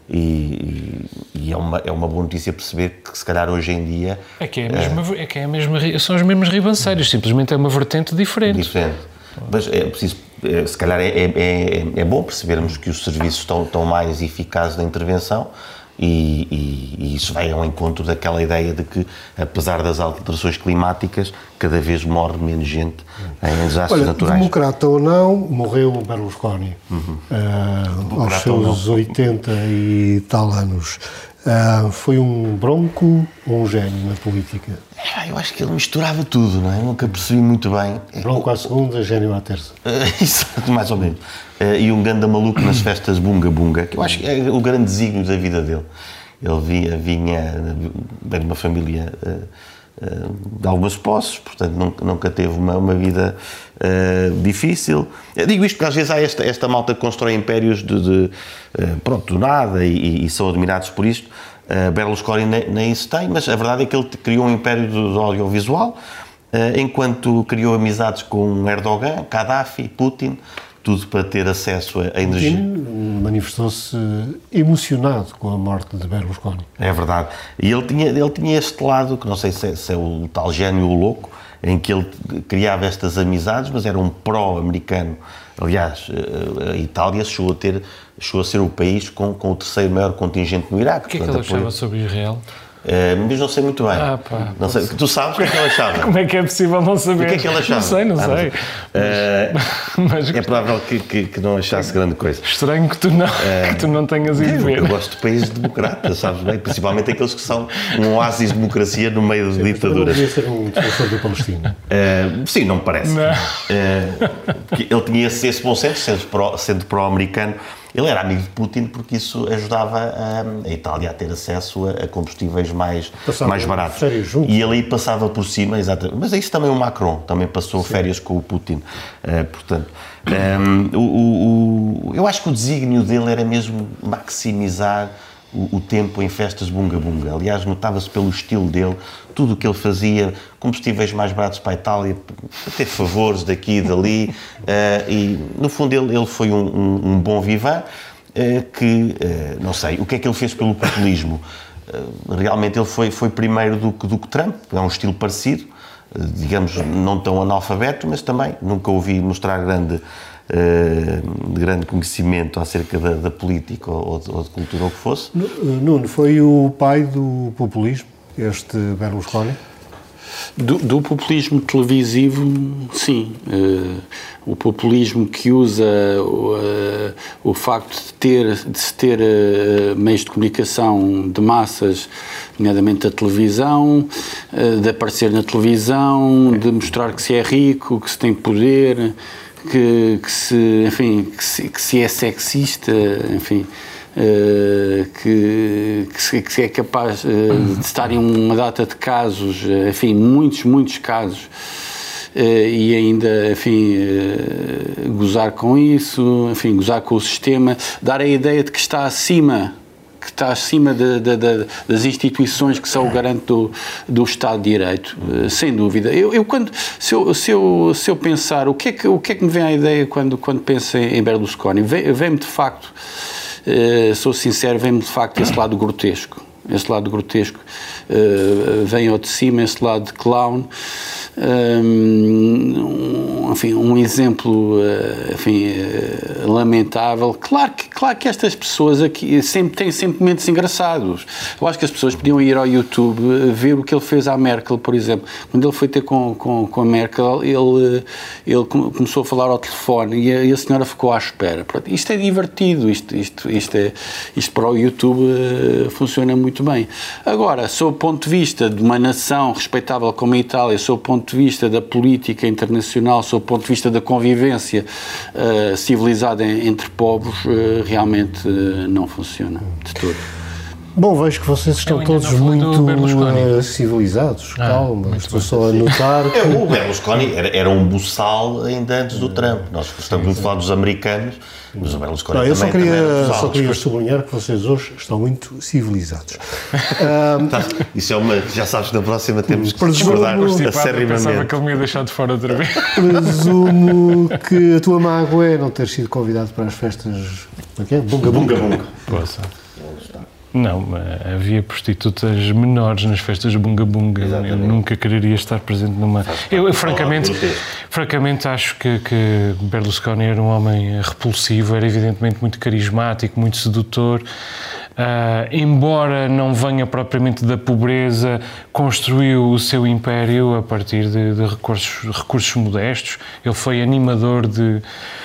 e, e é, uma, é uma boa notícia perceber que se calhar hoje em dia... É que, é a mesma, é que é a mesma, são as mesmas ribanceiras, simplesmente é uma vertente diferente. Diferente. Mas é preciso, é, se calhar é, é, é, é bom percebermos que os serviços estão, estão mais eficazes na intervenção e, e, e isso vai ao encontro daquela ideia de que, apesar das alterações climáticas, cada vez morre menos gente em desastres Olha, naturais. Democrata ou não, morreu Berlusconi, uhum. uh, aos seus oitenta e tal anos. Uh, foi um bronco ou um gênio na política? É, eu acho que ele misturava tudo, não é? Eu nunca percebi muito bem. Bronco à segunda, gênio à terça. Uh, isso, mais ou menos. Uh, e um ganda maluco nas festas Bunga Bunga, que eu acho que é o grande desígnio da vida dele. Ele vinha, vinha de uma família uh, uh, de algumas posses, portanto nunca, nunca teve uma, uma vida uh, difícil. Eu digo isto porque às vezes há esta, esta malta que constrói impérios de, de, uh, pronto, do nada e, e são admirados por isto. Uh, Berlusconi nem, nem isso tem, mas a verdade é que ele criou um império do, do audiovisual, uh, enquanto criou amizades com Erdogan, Gaddafi, Putin, tudo para ter acesso a energia. Putin manifestou-se emocionado com a morte de Berlusconi. É verdade. E ele tinha, ele tinha este lado, que não sei se é, se é o tal gênio louco, em que ele criava estas amizades, mas era um pró-americano. Aliás, a Itália chegou a, ter, chegou a ser o país com, com o terceiro maior contingente no Iraque. O que é que ele achava sobre Israel? Uh, mas não sei muito bem. Ah, pá, não sei. Tu sabes o que é que ele achava? Como é que é possível não saber? O que é que ele achava? Não sei, não ah, sei. Uh, mas, é provável que, que, que não achasse grande coisa. Estranho que tu não, uh, que tu não tenhas ido ver. Eu gosto de países democratas, sabes bem? Principalmente aqueles que são um oásis de democracia no meio de ditaduras. Não ser um defensor da Palestina. Uh, sim, não me parece. Não. Uh, ele tinha esse, esse bom senso, sendo, pró, sendo pró-americano. Ele era amigo de Putin porque isso ajudava a, a Itália a ter acesso a, a combustíveis mais, mais baratos. E ele aí passava por cima, exatamente. Mas é isso também o Macron, também passou Sim. férias com o Putin. Uh, portanto, um, o, o, eu acho que o desígnio dele era mesmo maximizar o, o tempo em festas bunga-bunga. Aliás, notava-se pelo estilo dele, tudo o que ele fazia, combustíveis mais baratos para a Itália, ter favores daqui e dali, uh, e no fundo ele, ele foi um, um, um bom vivan, uh, que, uh, não sei, o que é que ele fez pelo populismo? Uh, realmente ele foi, foi primeiro do que, do que Trump, é um estilo parecido, uh, digamos, não tão analfabeto, mas também nunca ouvi mostrar grande... Uh, de grande conhecimento acerca da, da política ou de, ou de cultura ou o que fosse. Nuno, foi o pai do populismo, este Berlusconi? Do, do populismo televisivo, sim. Uh, o populismo que usa uh, o facto de, ter, de se ter uh, meios de comunicação de massas, nomeadamente a televisão, uh, de aparecer na televisão, de mostrar que se é rico, que se tem poder... Que, que, se, enfim, que, se, que se é sexista, enfim, uh, que, que, se, que se é capaz uh, de estar em uma data de casos, uh, enfim, muitos, muitos casos, uh, e ainda, enfim, uh, gozar com isso, enfim, gozar com o sistema, dar a ideia de que está acima que está acima de, de, de, das instituições que são o garante do, do Estado de Direito, sem dúvida. Eu, eu quando, se eu, se eu, se eu pensar, o que, é que, o que é que me vem à ideia quando, quando penso em Berlusconi? Vem-me de facto, sou sincero, vem-me de facto esse lado grotesco. Esse lado grotesco vem ao de cima, esse lado de clown. Um, enfim, um exemplo enfim, lamentável. Claro que, claro que estas pessoas aqui sempre têm sempre momentos engraçados. Eu acho que as pessoas podiam ir ao YouTube ver o que ele fez à Merkel, por exemplo. Quando ele foi ter com, com, com a Merkel, ele, ele começou a falar ao telefone e a, e a senhora ficou à espera. Pronto, isto é divertido, isto, isto, isto, é, isto para o YouTube uh, funciona muito bem. Agora, sob o ponto de vista de uma nação respeitável como a Itália, sob o ponto de vista da política internacional, sob o ponto de vista da convivência uh, civilizada entre povos, uh, realmente uh, não funciona de todo. Bom, vejo que vocês estão todos muito uh, civilizados. Ah, calma, estou só a notar que... É, o Berlusconi era, era um buçal ainda antes do Trump. Nós estamos muito a falar dos americanos, mas o Berlusconi não, também, eu só queria, também só queria sublinhar que vocês hoje estão muito civilizados. um, tá, isso é uma... Já sabes que na próxima temos que discordar acerrimamente. Pensava que ele me ia deixar de fora outra vez. Presumo que a tua mágoa é não ter sido convidado para as festas... Como é que é? Bunga Bunga Bunga. Poxa. Não, havia prostitutas menores nas festas Bunga Bunga. Exatamente. Eu nunca quereria estar presente numa... Eu, eu francamente, francamente acho que, que Berlusconi era um homem repulsivo, era evidentemente muito carismático, muito sedutor. Uh, embora não venha propriamente da pobreza, construiu o seu império a partir de, de recursos, recursos modestos. Ele foi animador de,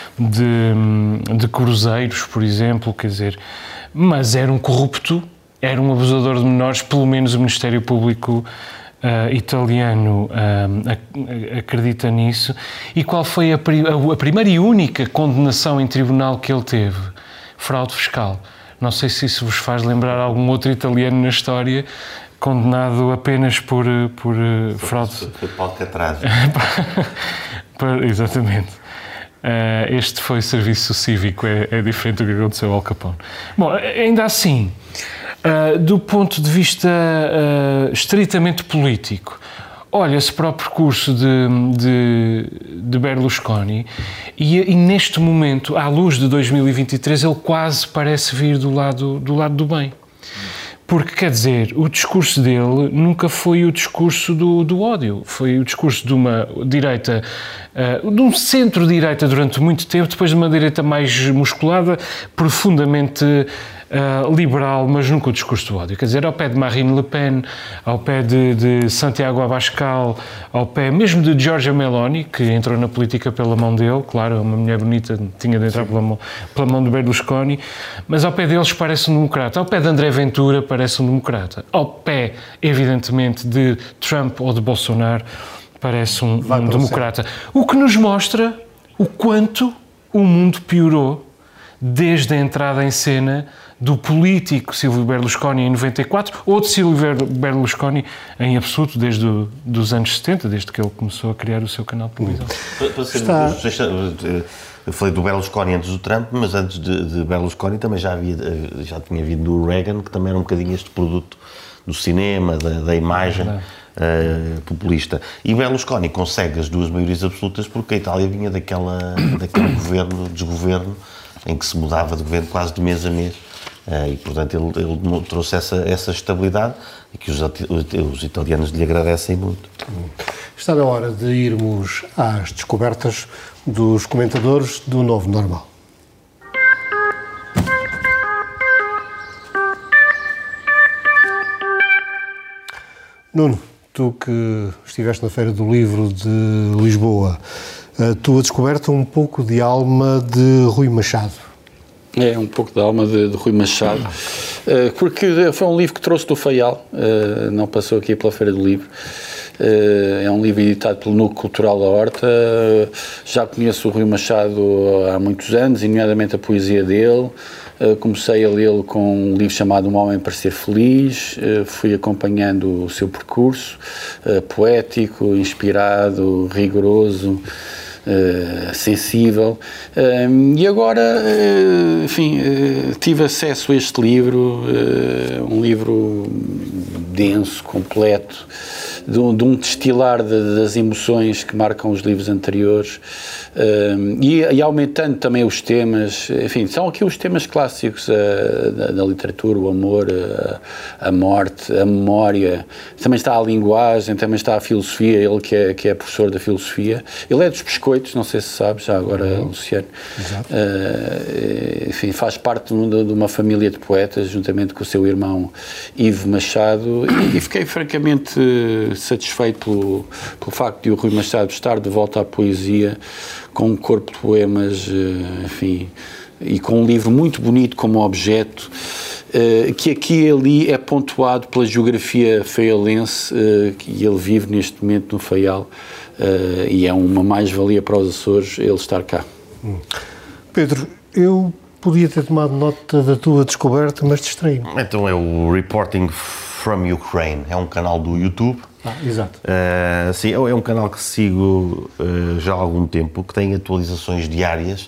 de, de cruzeiros, por exemplo, quer dizer... Mas era um corrupto, era um abusador de menores, pelo menos o Ministério Público uh, italiano uh, acredita nisso. E qual foi a, a primeira e única condenação em tribunal que ele teve? Fraude fiscal. Não sei se isso vos faz lembrar algum outro italiano na história condenado apenas por, por uh, fraude... Foi para Alcatraz. Exatamente. Uh, este foi serviço cívico, é, é diferente do que aconteceu ao Al Capone. Bom, ainda assim, uh, do ponto de vista uh, estritamente político, olha-se para o percurso de, de, de Berlusconi e, e neste momento, à luz de dois mil e vinte e três, ele quase parece vir do lado do, lado do bem. Porque, quer dizer, o discurso dele nunca foi o discurso do, do ódio, foi o discurso de uma direita, uh, de um centro-direita durante muito tempo, depois de uma direita mais musculada, profundamente uh, liberal, mas nunca o discurso do ódio. Quer dizer, ao pé de Marine Le Pen, ao pé de, de Santiago Abascal, ao pé mesmo de Giorgia Meloni, que entrou na política pela mão dele, claro, uma mulher bonita, tinha de entrar pela mão, pela mão de Berlusconi, mas ao pé deles parece um democrata, ao pé de André Ventura parece um democrata, ao pé, evidentemente, de Trump ou de Bolsonaro parece um, um democrata. O que nos mostra o quanto o mundo piorou desde a entrada em cena do político Silvio Berlusconi em noventa e quatro, ou de Silvio Berlusconi em absoluto desde o, dos anos setenta, desde que ele começou a criar o seu canal de televisão. Para ser Está... Eu falei do Berlusconi antes do Trump, mas antes de, de Berlusconi também já, havia, já tinha vindo o Reagan, que também era um bocadinho este produto do cinema, da, da imagem uh, populista. E Berlusconi consegue as duas maiorias absolutas porque a Itália vinha daquela, daquele governo, desgoverno, em que se mudava de governo quase de mês a mês. Uh, e, portanto, ele, ele trouxe essa, essa estabilidade e que os, os italianos lhe agradecem muito. Está na hora de irmos às descobertas dos comentadores do Novo Normal. Nuno, tu que estiveste na Feira do Livro de Lisboa, a tua descoberta um pouco de alma de Rui Machado. É, um pouco da alma de, de Rui Machado, uh, porque foi um livro que trouxe do Faial, uh, não passou aqui pela Feira do Livro. Uh, é um livro editado pelo Núcleo Cultural da Horta. Uh, já conheço o Rui Machado há muitos anos, nomeadamente a poesia dele. Uh, comecei a lê-lo com um livro chamado Um Homem para Ser Feliz. Uh, fui acompanhando o seu percurso, uh, poético, inspirado, rigoroso. Uh, sensível, uh, e agora, uh, enfim, uh, tive acesso a este livro, uh, um livro denso, completo, de um, de um destilar de, das emoções que marcam os livros anteriores, uh, e, e aumentando também os temas, enfim, são aqui os temas clássicos uh, da, da literatura, o amor, a, a morte, a memória, também está a linguagem, também está a filosofia, ele que é, que é professor da filosofia, ele é dos Pescoços, não sei se sabe, já agora, uhum. Luciano. Exato. Uh, enfim, faz parte de, de uma família de poetas, juntamente com o seu irmão Ivo Machado, e, e fiquei francamente satisfeito pelo, pelo facto de o Rui Machado estar de volta à poesia, com um corpo de poemas, uh, enfim, e com um livro muito bonito como objeto, uh, que aqui e ali é pontuado pela geografia faialense, uh, que ele vive neste momento no Faial. Uh, e é uma mais-valia para os Açores ele estar cá. Hum. Pedro, eu podia ter tomado nota da tua descoberta, mas distraí-me. Então é o Reporting from Ukraine, é um canal do YouTube. Ah, exato. Uh, sim, é um canal que sigo uh, já há algum tempo, que tem atualizações diárias.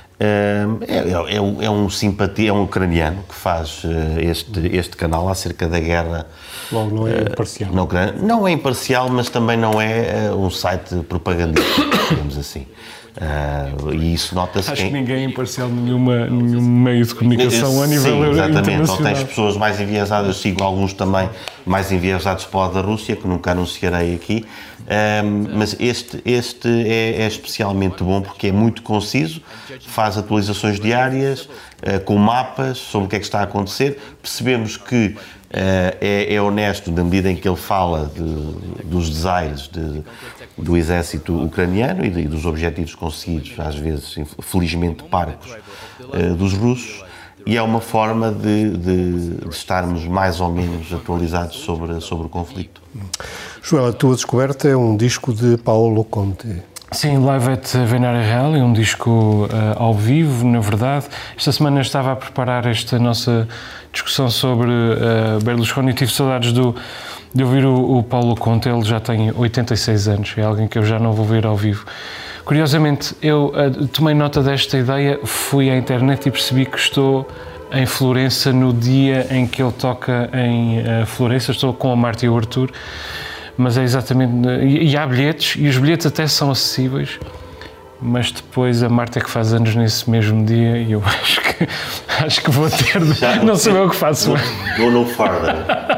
Uh, é, é, é um simpatia, é um ucraniano que faz uh, este, este canal acerca da guerra. Logo, não é imparcial. Uh, não, não é imparcial, mas também não é uh, um site propagandístico, digamos assim. Uh, e isso nota-se. Acho quem... que ninguém é imparcial nenhuma, nenhum meio de comunicação a nível Sim, exatamente. internacional. Ou tens pessoas mais enviesadas, eu sigo alguns também mais enviesados para o lado da Rússia, que nunca anunciarei aqui, um, mas este, este é, é especialmente bom porque é muito conciso, faz atualizações diárias, uh, com mapas sobre o que é que está a acontecer, percebemos que Uh, é, é honesto na medida em que ele fala de, dos desaires de, do exército ucraniano e, de, e dos objetivos conseguidos, às vezes, felizmente parcos, uh, dos russos, e é uma forma de, de, de estarmos mais ou menos atualizados sobre, sobre o conflito. Joel, a tua descoberta é um disco de Paolo Conte. Sim, Live at Venária Real, é um disco uh, ao vivo, na verdade. Esta semana estava a preparar esta nossa discussão sobre uh, Berlusconi e tive saudades do, de ouvir o, o Paolo Conte. Ele já tem oitenta e seis anos, é alguém que eu já não vou ver ao vivo. Curiosamente, eu uh, tomei nota desta ideia, fui à internet e percebi que estou em Florença no dia em que ele toca em uh, Florença. Estou com a Marta e o Arthur. Mas é exatamente... E, e há bilhetes, e os bilhetes até são acessíveis, mas depois a Marta é que faz anos nesse mesmo dia e eu acho que, acho que vou ter de... Já, não sei o que faço. Go no further.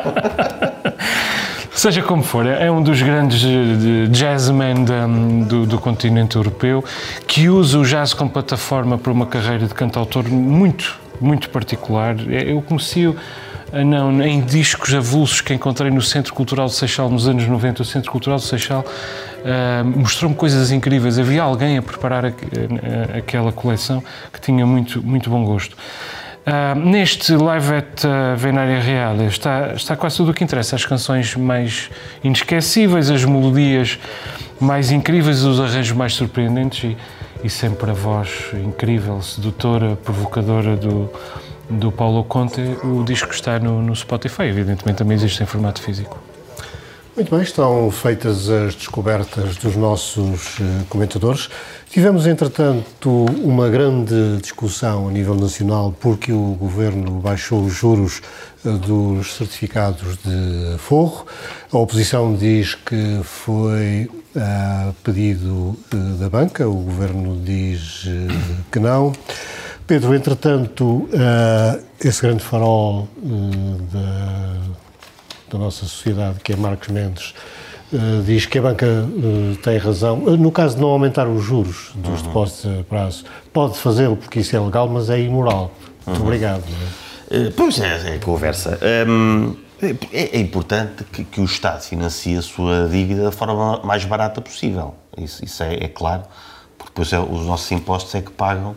Seja como for, é um dos grandes jazzmen do, do continente europeu, que usa o jazz como plataforma para uma carreira de cantautor muito, muito particular. Eu conheci-o Não, em discos avulsos que encontrei no Centro Cultural do Seixal nos anos noventa. O Centro Cultural do Seixal uh, mostrou-me coisas incríveis. Havia alguém a preparar a, a, aquela coleção que tinha muito, muito bom gosto. Uh, neste Live at uh, Venária Real está, está quase tudo o que interessa. As canções mais inesquecíveis, as melodias mais incríveis, os arranjos mais surpreendentes e, e sempre a voz incrível, sedutora, provocadora do do Paolo Conte. O disco está no, no Spotify, evidentemente também existe em formato físico. Muito bem, estão feitas as descobertas dos nossos comentadores. Tivemos, entretanto, uma grande discussão a nível nacional porque o Governo baixou os juros dos certificados de forro. A oposição diz que foi uh, pedido uh, da banca, o Governo diz uh, que não. Pedro, entretanto, uh, esse grande farol uh, da, da nossa sociedade, que é Marcos Mendes, uh, diz que a banca uh, tem razão. Uh, no caso de não aumentar os juros dos uhum. depósitos a prazo, pode fazê-lo porque isso é legal, mas é imoral. Muito uhum. obrigado. Uh, pois é, é conversa. Um, é, é importante que, que o Estado financie a sua dívida da forma mais barata possível. Isso, isso é, é claro, porque depois é, os nossos impostos é que pagam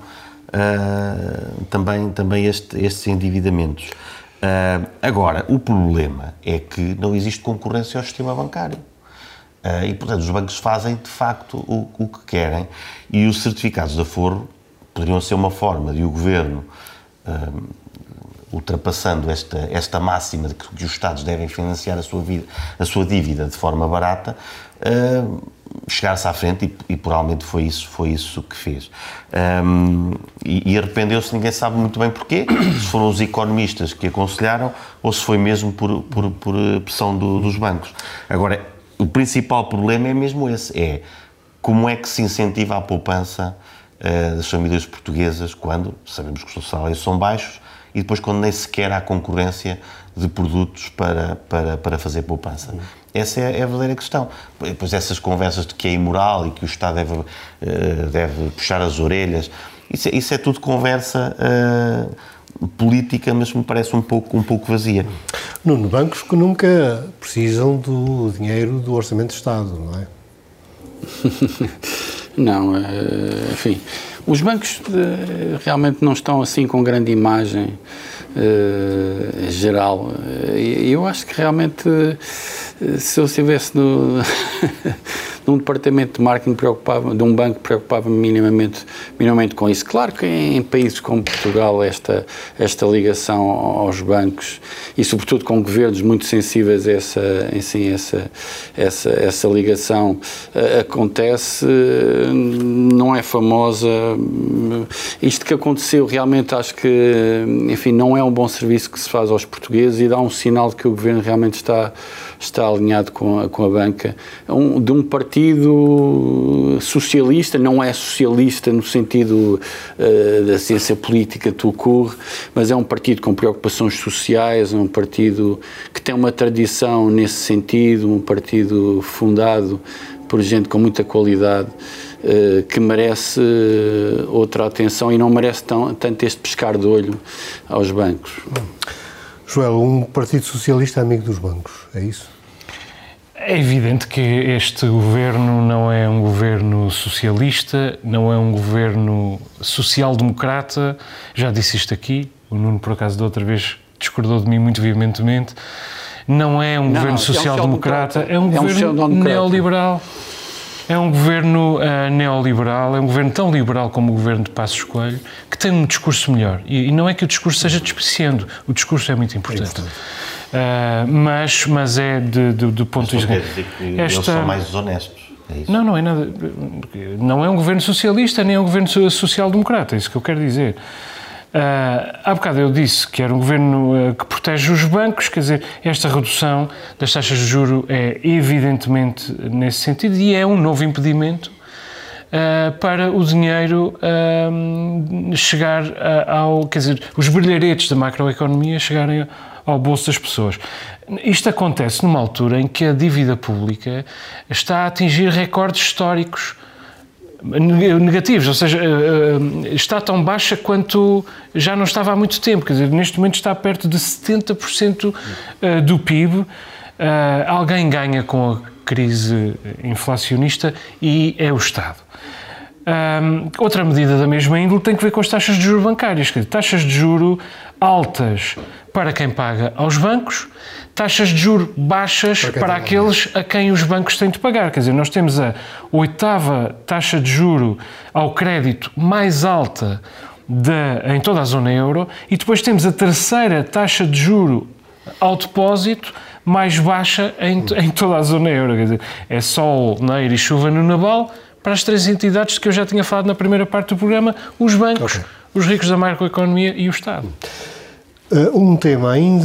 Uh, também, também este, estes endividamentos. Uh, agora, o problema é que não existe concorrência ao sistema bancário. Uh, e, portanto, os bancos fazem, de facto, o, o que querem. E os certificados de aforro poderiam ser uma forma de o Governo, uh, ultrapassando esta, esta máxima de que, que os Estados devem financiar a sua, vida, a sua dívida de forma barata, uh, chegar-se à frente e, e provavelmente foi isso, foi isso que fez. Um, e e arrependeu-se, ninguém sabe muito bem porquê, se foram os economistas que aconselharam ou se foi mesmo por, por, por pressão do, dos bancos. Agora, o principal problema é mesmo esse, é como é que se incentiva a poupança uh, das famílias portuguesas quando sabemos que os salários são baixos e depois quando nem sequer há concorrência de produtos para, para, para fazer poupança. Essa é a verdadeira questão. Depois essas conversas de que é imoral e que o Estado deve, deve puxar as orelhas, isso é, isso é tudo conversa uh, política, mas me parece um pouco, um pouco vazia. Nuno, bancos que nunca precisam do dinheiro do Orçamento de Estado, não é? Não, enfim, os bancos realmente não estão assim com grande imagem uh, geral. E eu acho que realmente, se eu estivesse no, num departamento de marketing preocupava, de um banco preocupava-me minimamente, minimamente com isso. Claro que em, em países como Portugal esta, esta ligação aos bancos e sobretudo com governos muito sensíveis a essa, assim, essa, essa, essa ligação uh, acontece, uh, não é famosa. Isto que aconteceu realmente acho que, enfim, não é um bom serviço que se faz aos portugueses e dá um sinal de que o governo realmente está está alinhado com a, com a banca, um, de um partido socialista, não é socialista no sentido uh, da ciência política tout court, mas é um partido com preocupações sociais, é um partido que tem uma tradição nesse sentido, um partido fundado por gente com muita qualidade, uh, que merece uh, outra atenção e não merece tão, tanto este pescar de olho aos bancos. Joel, um partido socialista é amigo dos bancos, é isso? É evidente que este governo não é um governo socialista, não é um governo social-democrata, já disse isto aqui, o Nuno por acaso da outra vez discordou de mim muito veementemente, não é um não, governo social-democrata, é um, é um governo neoliberal. É um governo uh, neoliberal, é um governo tão liberal como o governo de Passos Coelho, que tem um discurso melhor. E, e não é que o discurso seja despreciando, o discurso é muito importante. É uh, mas, mas é de, de, do ponto de vista... Quer dizer que Esta... eles são mais desonestos. É isso? Não, não é nada. Não é um governo socialista, nem é um governo social-democrata, é isso que eu quero dizer. Uh, há bocado eu disse que era um governo uh, que protege os bancos, quer dizer, esta redução das taxas de juros é evidentemente nesse sentido e é um novo impedimento uh, para o dinheiro uh, chegar uh, ao, quer dizer, os brilharetes da macroeconomia chegarem ao bolso das pessoas. Isto acontece numa altura em que a dívida pública está a atingir recordes históricos negativos, ou seja, está tão baixa quanto já não estava há muito tempo, quer dizer, neste momento está perto de setenta por cento do P I B. Alguém ganha com a crise inflacionista e é o Estado. Outra medida da mesma índole tem que ver com as taxas de juros bancárias, quer dizer, taxas de juro altas para quem paga aos bancos, taxas de juros baixas para, para aqueles a quem os bancos têm de pagar. Quer dizer, nós temos a oitava taxa de juro ao crédito mais alta de, em toda a zona euro e depois temos a terceira taxa de juro ao depósito mais baixa em, em toda a zona euro. Quer dizer, é sol, neiro e chuva no Nabal para as três entidades que eu já tinha falado na primeira parte do programa, os bancos, okay. os ricos da macroeconomia e o Estado. Um tema ainda,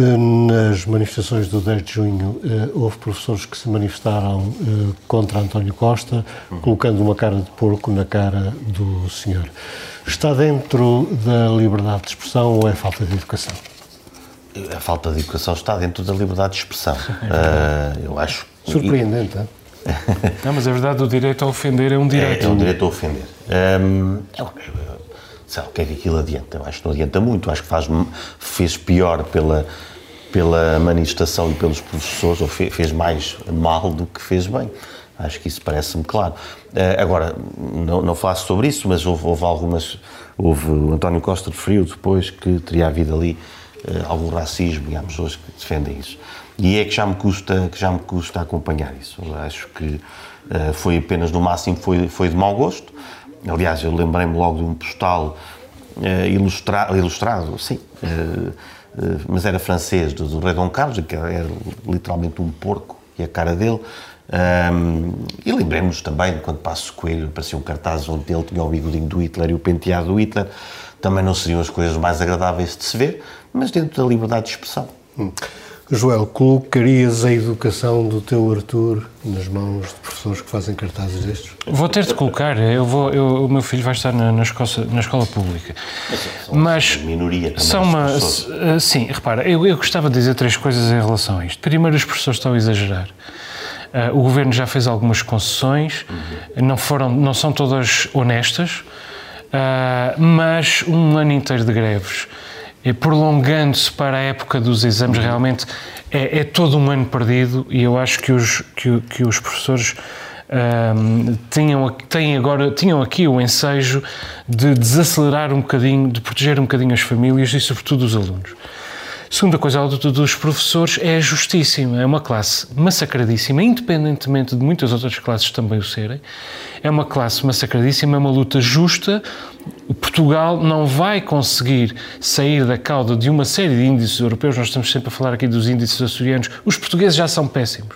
nas manifestações do dez de junho, houve professores que se manifestaram contra António Costa, colocando uma cara de porco na cara do senhor. Está dentro da liberdade de expressão ou é falta de educação? A falta de educação está dentro da liberdade de expressão. uh, eu acho... Surpreendente, é? Não, mas a verdade, o direito a ofender é um direito. É, é um direito a ofender. Um, sei lá, o que é que aquilo adianta? Eu acho que não adianta muito. Eu acho que faz, fez pior pela, pela manifestação e pelos professores, ou fe, fez mais mal do que fez bem. Acho que isso parece-me claro. Uh, agora, não, não faço sobre isso, mas houve, houve algumas... Houve, o António Costa referiu depois que teria havido ali uh, algum racismo e há pessoas que defendem isso. E é que já me custa, que já me custa acompanhar isso. Eu acho que uh, foi apenas, no máximo, foi, foi de mau gosto. Aliás, eu lembrei-me logo de um postal uh, ilustra, ilustrado, sim, uh, uh, mas era francês, do, do rei Dom Carlos, que era literalmente um porco, e a cara dele. Um, e lembremos-nos também, quando Passos Coelho aparecia um cartaz onde ele tinha o bigodinho do Hitler e o penteado do Hitler, também não seriam as coisas mais agradáveis de se ver, mas dentro da liberdade de expressão. Hum. Joel, colocarias a educação do teu Arthur nas mãos de professores que fazem cartazes destes? Vou ter de colocar, eu vou, eu, o meu filho vai estar na, na, escola, na escola pública. São mas uma minoria também. São uma, sim, repara, eu, eu gostava de dizer três coisas em relação a isto. Primeiro, os professores estão a exagerar. Uh, o Governo já fez algumas concessões, uhum. não, foram, não são todas honestas, uh, mas um ano inteiro de greves, prolongando-se para a época dos exames, realmente é, é todo um ano perdido e eu acho que os, que, que os professores um, tinham, têm agora, tinham aqui o ensejo de desacelerar um bocadinho, de proteger um bocadinho as famílias e sobretudo os alunos. Segunda coisa, a luta dos professores é justíssima, é uma classe massacradíssima, independentemente de muitas outras classes também o serem, é uma classe massacradíssima, é uma luta justa. Portugal não vai conseguir sair da cauda de uma série de índices europeus, nós estamos sempre a falar aqui dos índices açorianos, os portugueses já são péssimos.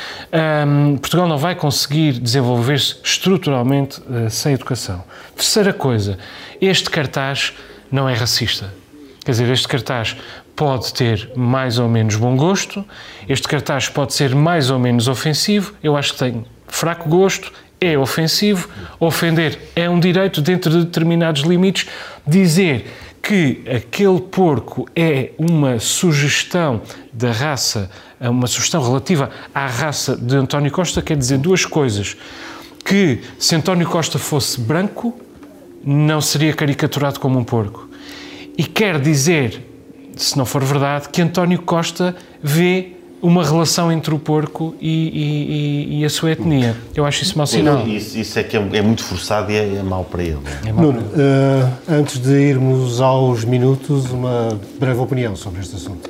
Um, Portugal não vai conseguir desenvolver-se estruturalmente uh, sem educação. Terceira coisa, este cartaz não é racista. Quer dizer, este cartaz pode ter mais ou menos bom gosto, este cartaz pode ser mais ou menos ofensivo, eu acho que tem fraco gosto, é ofensivo, ofender é um direito dentro de determinados limites, dizer que aquele porco é uma sugestão da raça, uma sugestão relativa à raça de António Costa, quer dizer duas coisas, que se António Costa fosse branco, não seria caricaturado como um porco, e quer dizer, se não for verdade, que António Costa vê uma relação entre o porco e, e, e a sua etnia. Eu acho isso mau sinal. Isso, isso é que é, é muito forçado e é, é mau para ele. É? É mau Nuno, para ele. Uh, antes de irmos aos minutos, uma breve opinião sobre este assunto.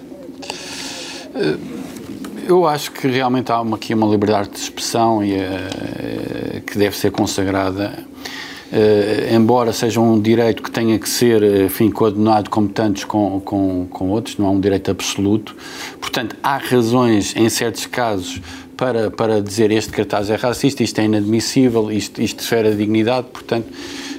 Uh, eu acho que realmente há uma, aqui uma liberdade de expressão e, uh, que deve ser consagrada. Uh, embora seja um direito que tenha que ser, enfim, coordenado como tantos com, com, com outros, não é um direito absoluto. Portanto, há razões, em certos casos, para, para dizer este cartaz é racista, isto é inadmissível, isto, isto fere a dignidade, portanto,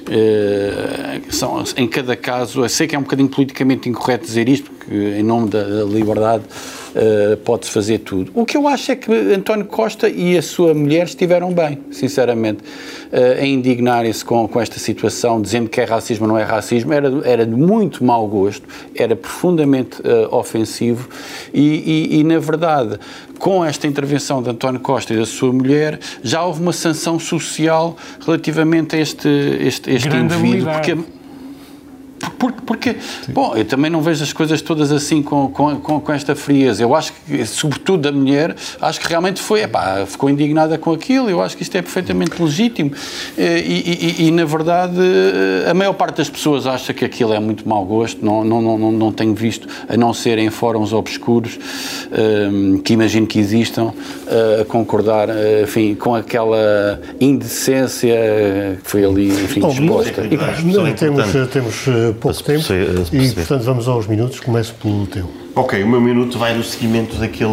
uh, são, em cada caso, eu sei que é um bocadinho politicamente incorreto dizer isto, porque em nome da, da liberdade Uh, pode-se fazer tudo. O que eu acho é que António Costa e a sua mulher estiveram bem, sinceramente, uh, a indignarem-se com, com esta situação, dizendo que é racismo ou não é racismo, era, era de muito mau gosto, era profundamente uh, ofensivo e, e, e, na verdade, com esta intervenção de António Costa e da sua mulher, já houve uma sanção social relativamente a este, este, este indivíduo, porque Porque, porque bom, eu também não vejo as coisas todas assim com, com, com esta frieza. Eu acho que, sobretudo da mulher, acho que realmente foi, epá, ficou indignada com aquilo. Eu acho que isto é perfeitamente legítimo. E, e, e, e na verdade, a maior parte das pessoas acha que aquilo é muito mau gosto. Não, não, não, não tenho visto, a não ser em fóruns obscuros, um, que imagino que existam, a concordar, enfim, com aquela indecência que foi ali, enfim, Bom, exposta. Não, não, temos, temos pouco tempo e, portanto, vamos aos minutos. Começo pelo teu. Ok, o meu minuto vai no seguimento daquele,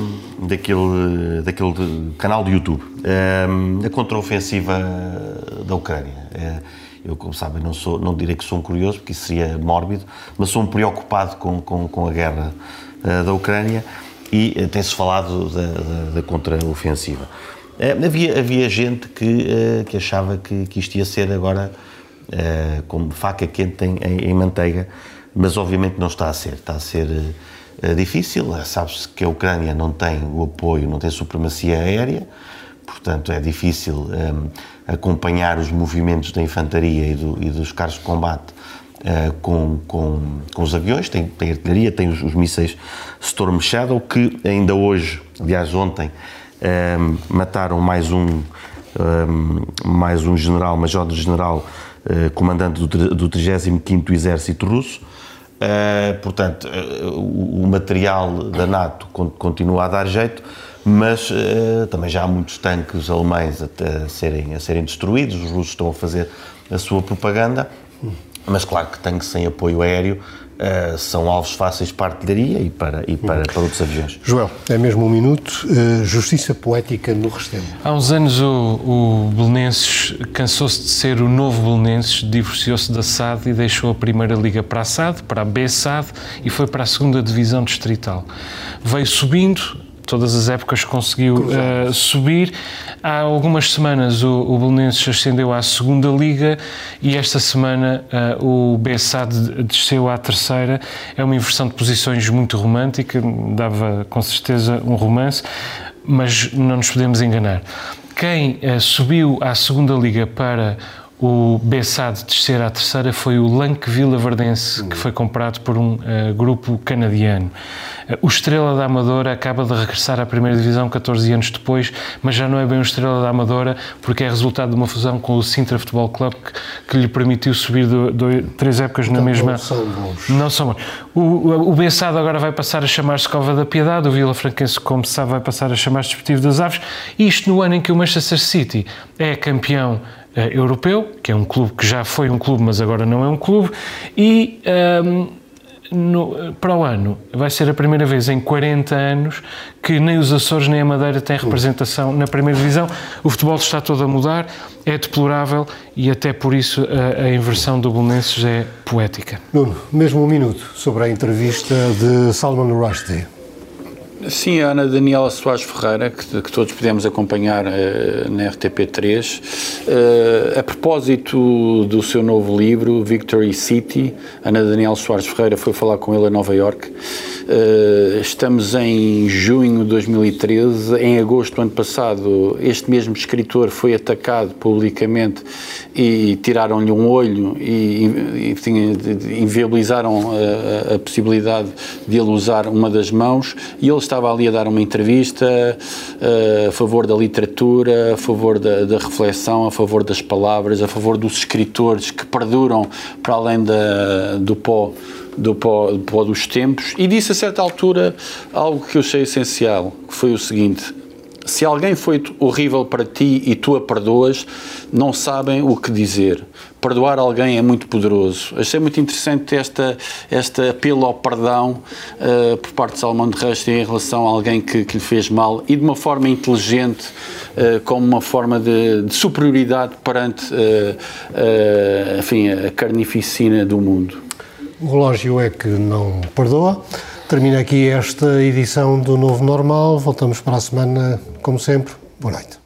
daquele, daquele canal de YouTube, um, a contraofensiva da Ucrânia. Eu, como sabem, não, sou, não direi que sou um curioso, porque isso seria mórbido, mas sou um preocupado com, com, com a guerra uh, da Ucrânia e uh, tem-se falado da, da, da contraofensiva. Uh, havia, havia gente que, uh, que achava que, que isto ia ser agora Uh, como faca quente em, em, em manteiga, mas obviamente não está a ser. Está a ser uh, difícil. Sabe-se que a Ucrânia não tem o apoio, não tem supremacia aérea, portanto é difícil um, acompanhar os movimentos da infantaria e, do, e dos carros de combate uh, com, com, com os aviões. Tem, tem artilharia, tem os, os mísseis Storm Shadow, que ainda hoje, aliás ontem, um, mataram mais um, um, mais um general, major-general, Uh, comandante do, do trigésimo quinto Exército Russo. Uh, portanto, uh, o, o material da NATO con, continua a dar jeito, mas uh, também já há muitos tanques alemães a, a, serem, a serem destruídos. Os russos estão a fazer a sua propaganda, mas claro que tanques sem apoio aéreo uh, são alvos fáceis para a artilharia e para, e para, para outros aviões. Joel, é mesmo um minuto. Uh, justiça poética no Restelo. Há uns anos o, o Belenenses cansou-se de ser o novo Belenenses, divorciou-se da S A D e deixou a Primeira Liga para a S A D, para a B S A D e foi para a segunda Divisão Distrital. Veio subindo, todas as épocas conseguiu uh, subir. Há algumas semanas o, o Belenenses ascendeu à segunda Liga e esta semana uh, o B S A D desceu à terceira. É uma inversão de posições muito romântica, dava com certeza um romance, mas não nos podemos enganar. Quem uh, subiu à segunda Liga para o B S A D descer à terceira foi o Lanque Vilaverdense, que foi comprado por um uh, grupo canadiano. Uh, o Estrela da Amadora acaba de regressar à primeira divisão catorze anos depois, mas já não é bem o Estrela da Amadora, porque é resultado de uma fusão com o Sintra Futebol Club que, que lhe permitiu subir do, do, três épocas então, na mesma... Não são bons. Não são bons. O, o, o B S A D agora vai passar a chamar-se Cova da Piedade, o Vila Franquense, como se sabe, vai passar a chamar-se Desportivo das Aves, isto no ano em que o Manchester City é campeão europeu, que é um clube que já foi um clube, mas agora não é um clube, e um, no, para o ano vai ser a primeira vez em quarenta anos que nem os Açores nem a Madeira têm representação na primeira divisão. O futebol está todo a mudar, é deplorável e até por isso a, a inversão do Belenenses é poética. Nuno, mesmo um minuto sobre a entrevista de Salman Rushdie. Sim, a Ana Daniela Soares Ferreira, que, que todos podemos acompanhar uh, na R T P três, uh, a propósito do seu novo livro, Victory City. Ana Daniela Soares Ferreira foi falar com ele a Nova Iorque. Uh, estamos em junho de dois mil e treze. Em agosto do ano passado, este mesmo escritor foi atacado publicamente e tiraram-lhe um olho e, e, e inviabilizaram a, a possibilidade de ele usar uma das mãos, e ele estava ali a dar uma entrevista uh, a favor da literatura, a favor da, da reflexão, a favor das palavras, a favor dos escritores que perduram para além da, do pó do pó, do pó dos tempos, e disse a certa altura algo que eu achei essencial, que foi o seguinte: se alguém foi horrível para ti e tu a perdoas, não sabem o que dizer. Perdoar alguém é muito poderoso. Achei muito interessante esta, este apelo ao perdão uh, por parte de Salman Rushdie em relação a alguém que, que lhe fez mal, e de uma forma inteligente, uh, como uma forma de, de superioridade perante uh, uh, enfim, a carnificina do mundo. O relógio é que não perdoa. Termina aqui esta edição do Novo Normal. Voltamos para a semana, como sempre. Boa noite.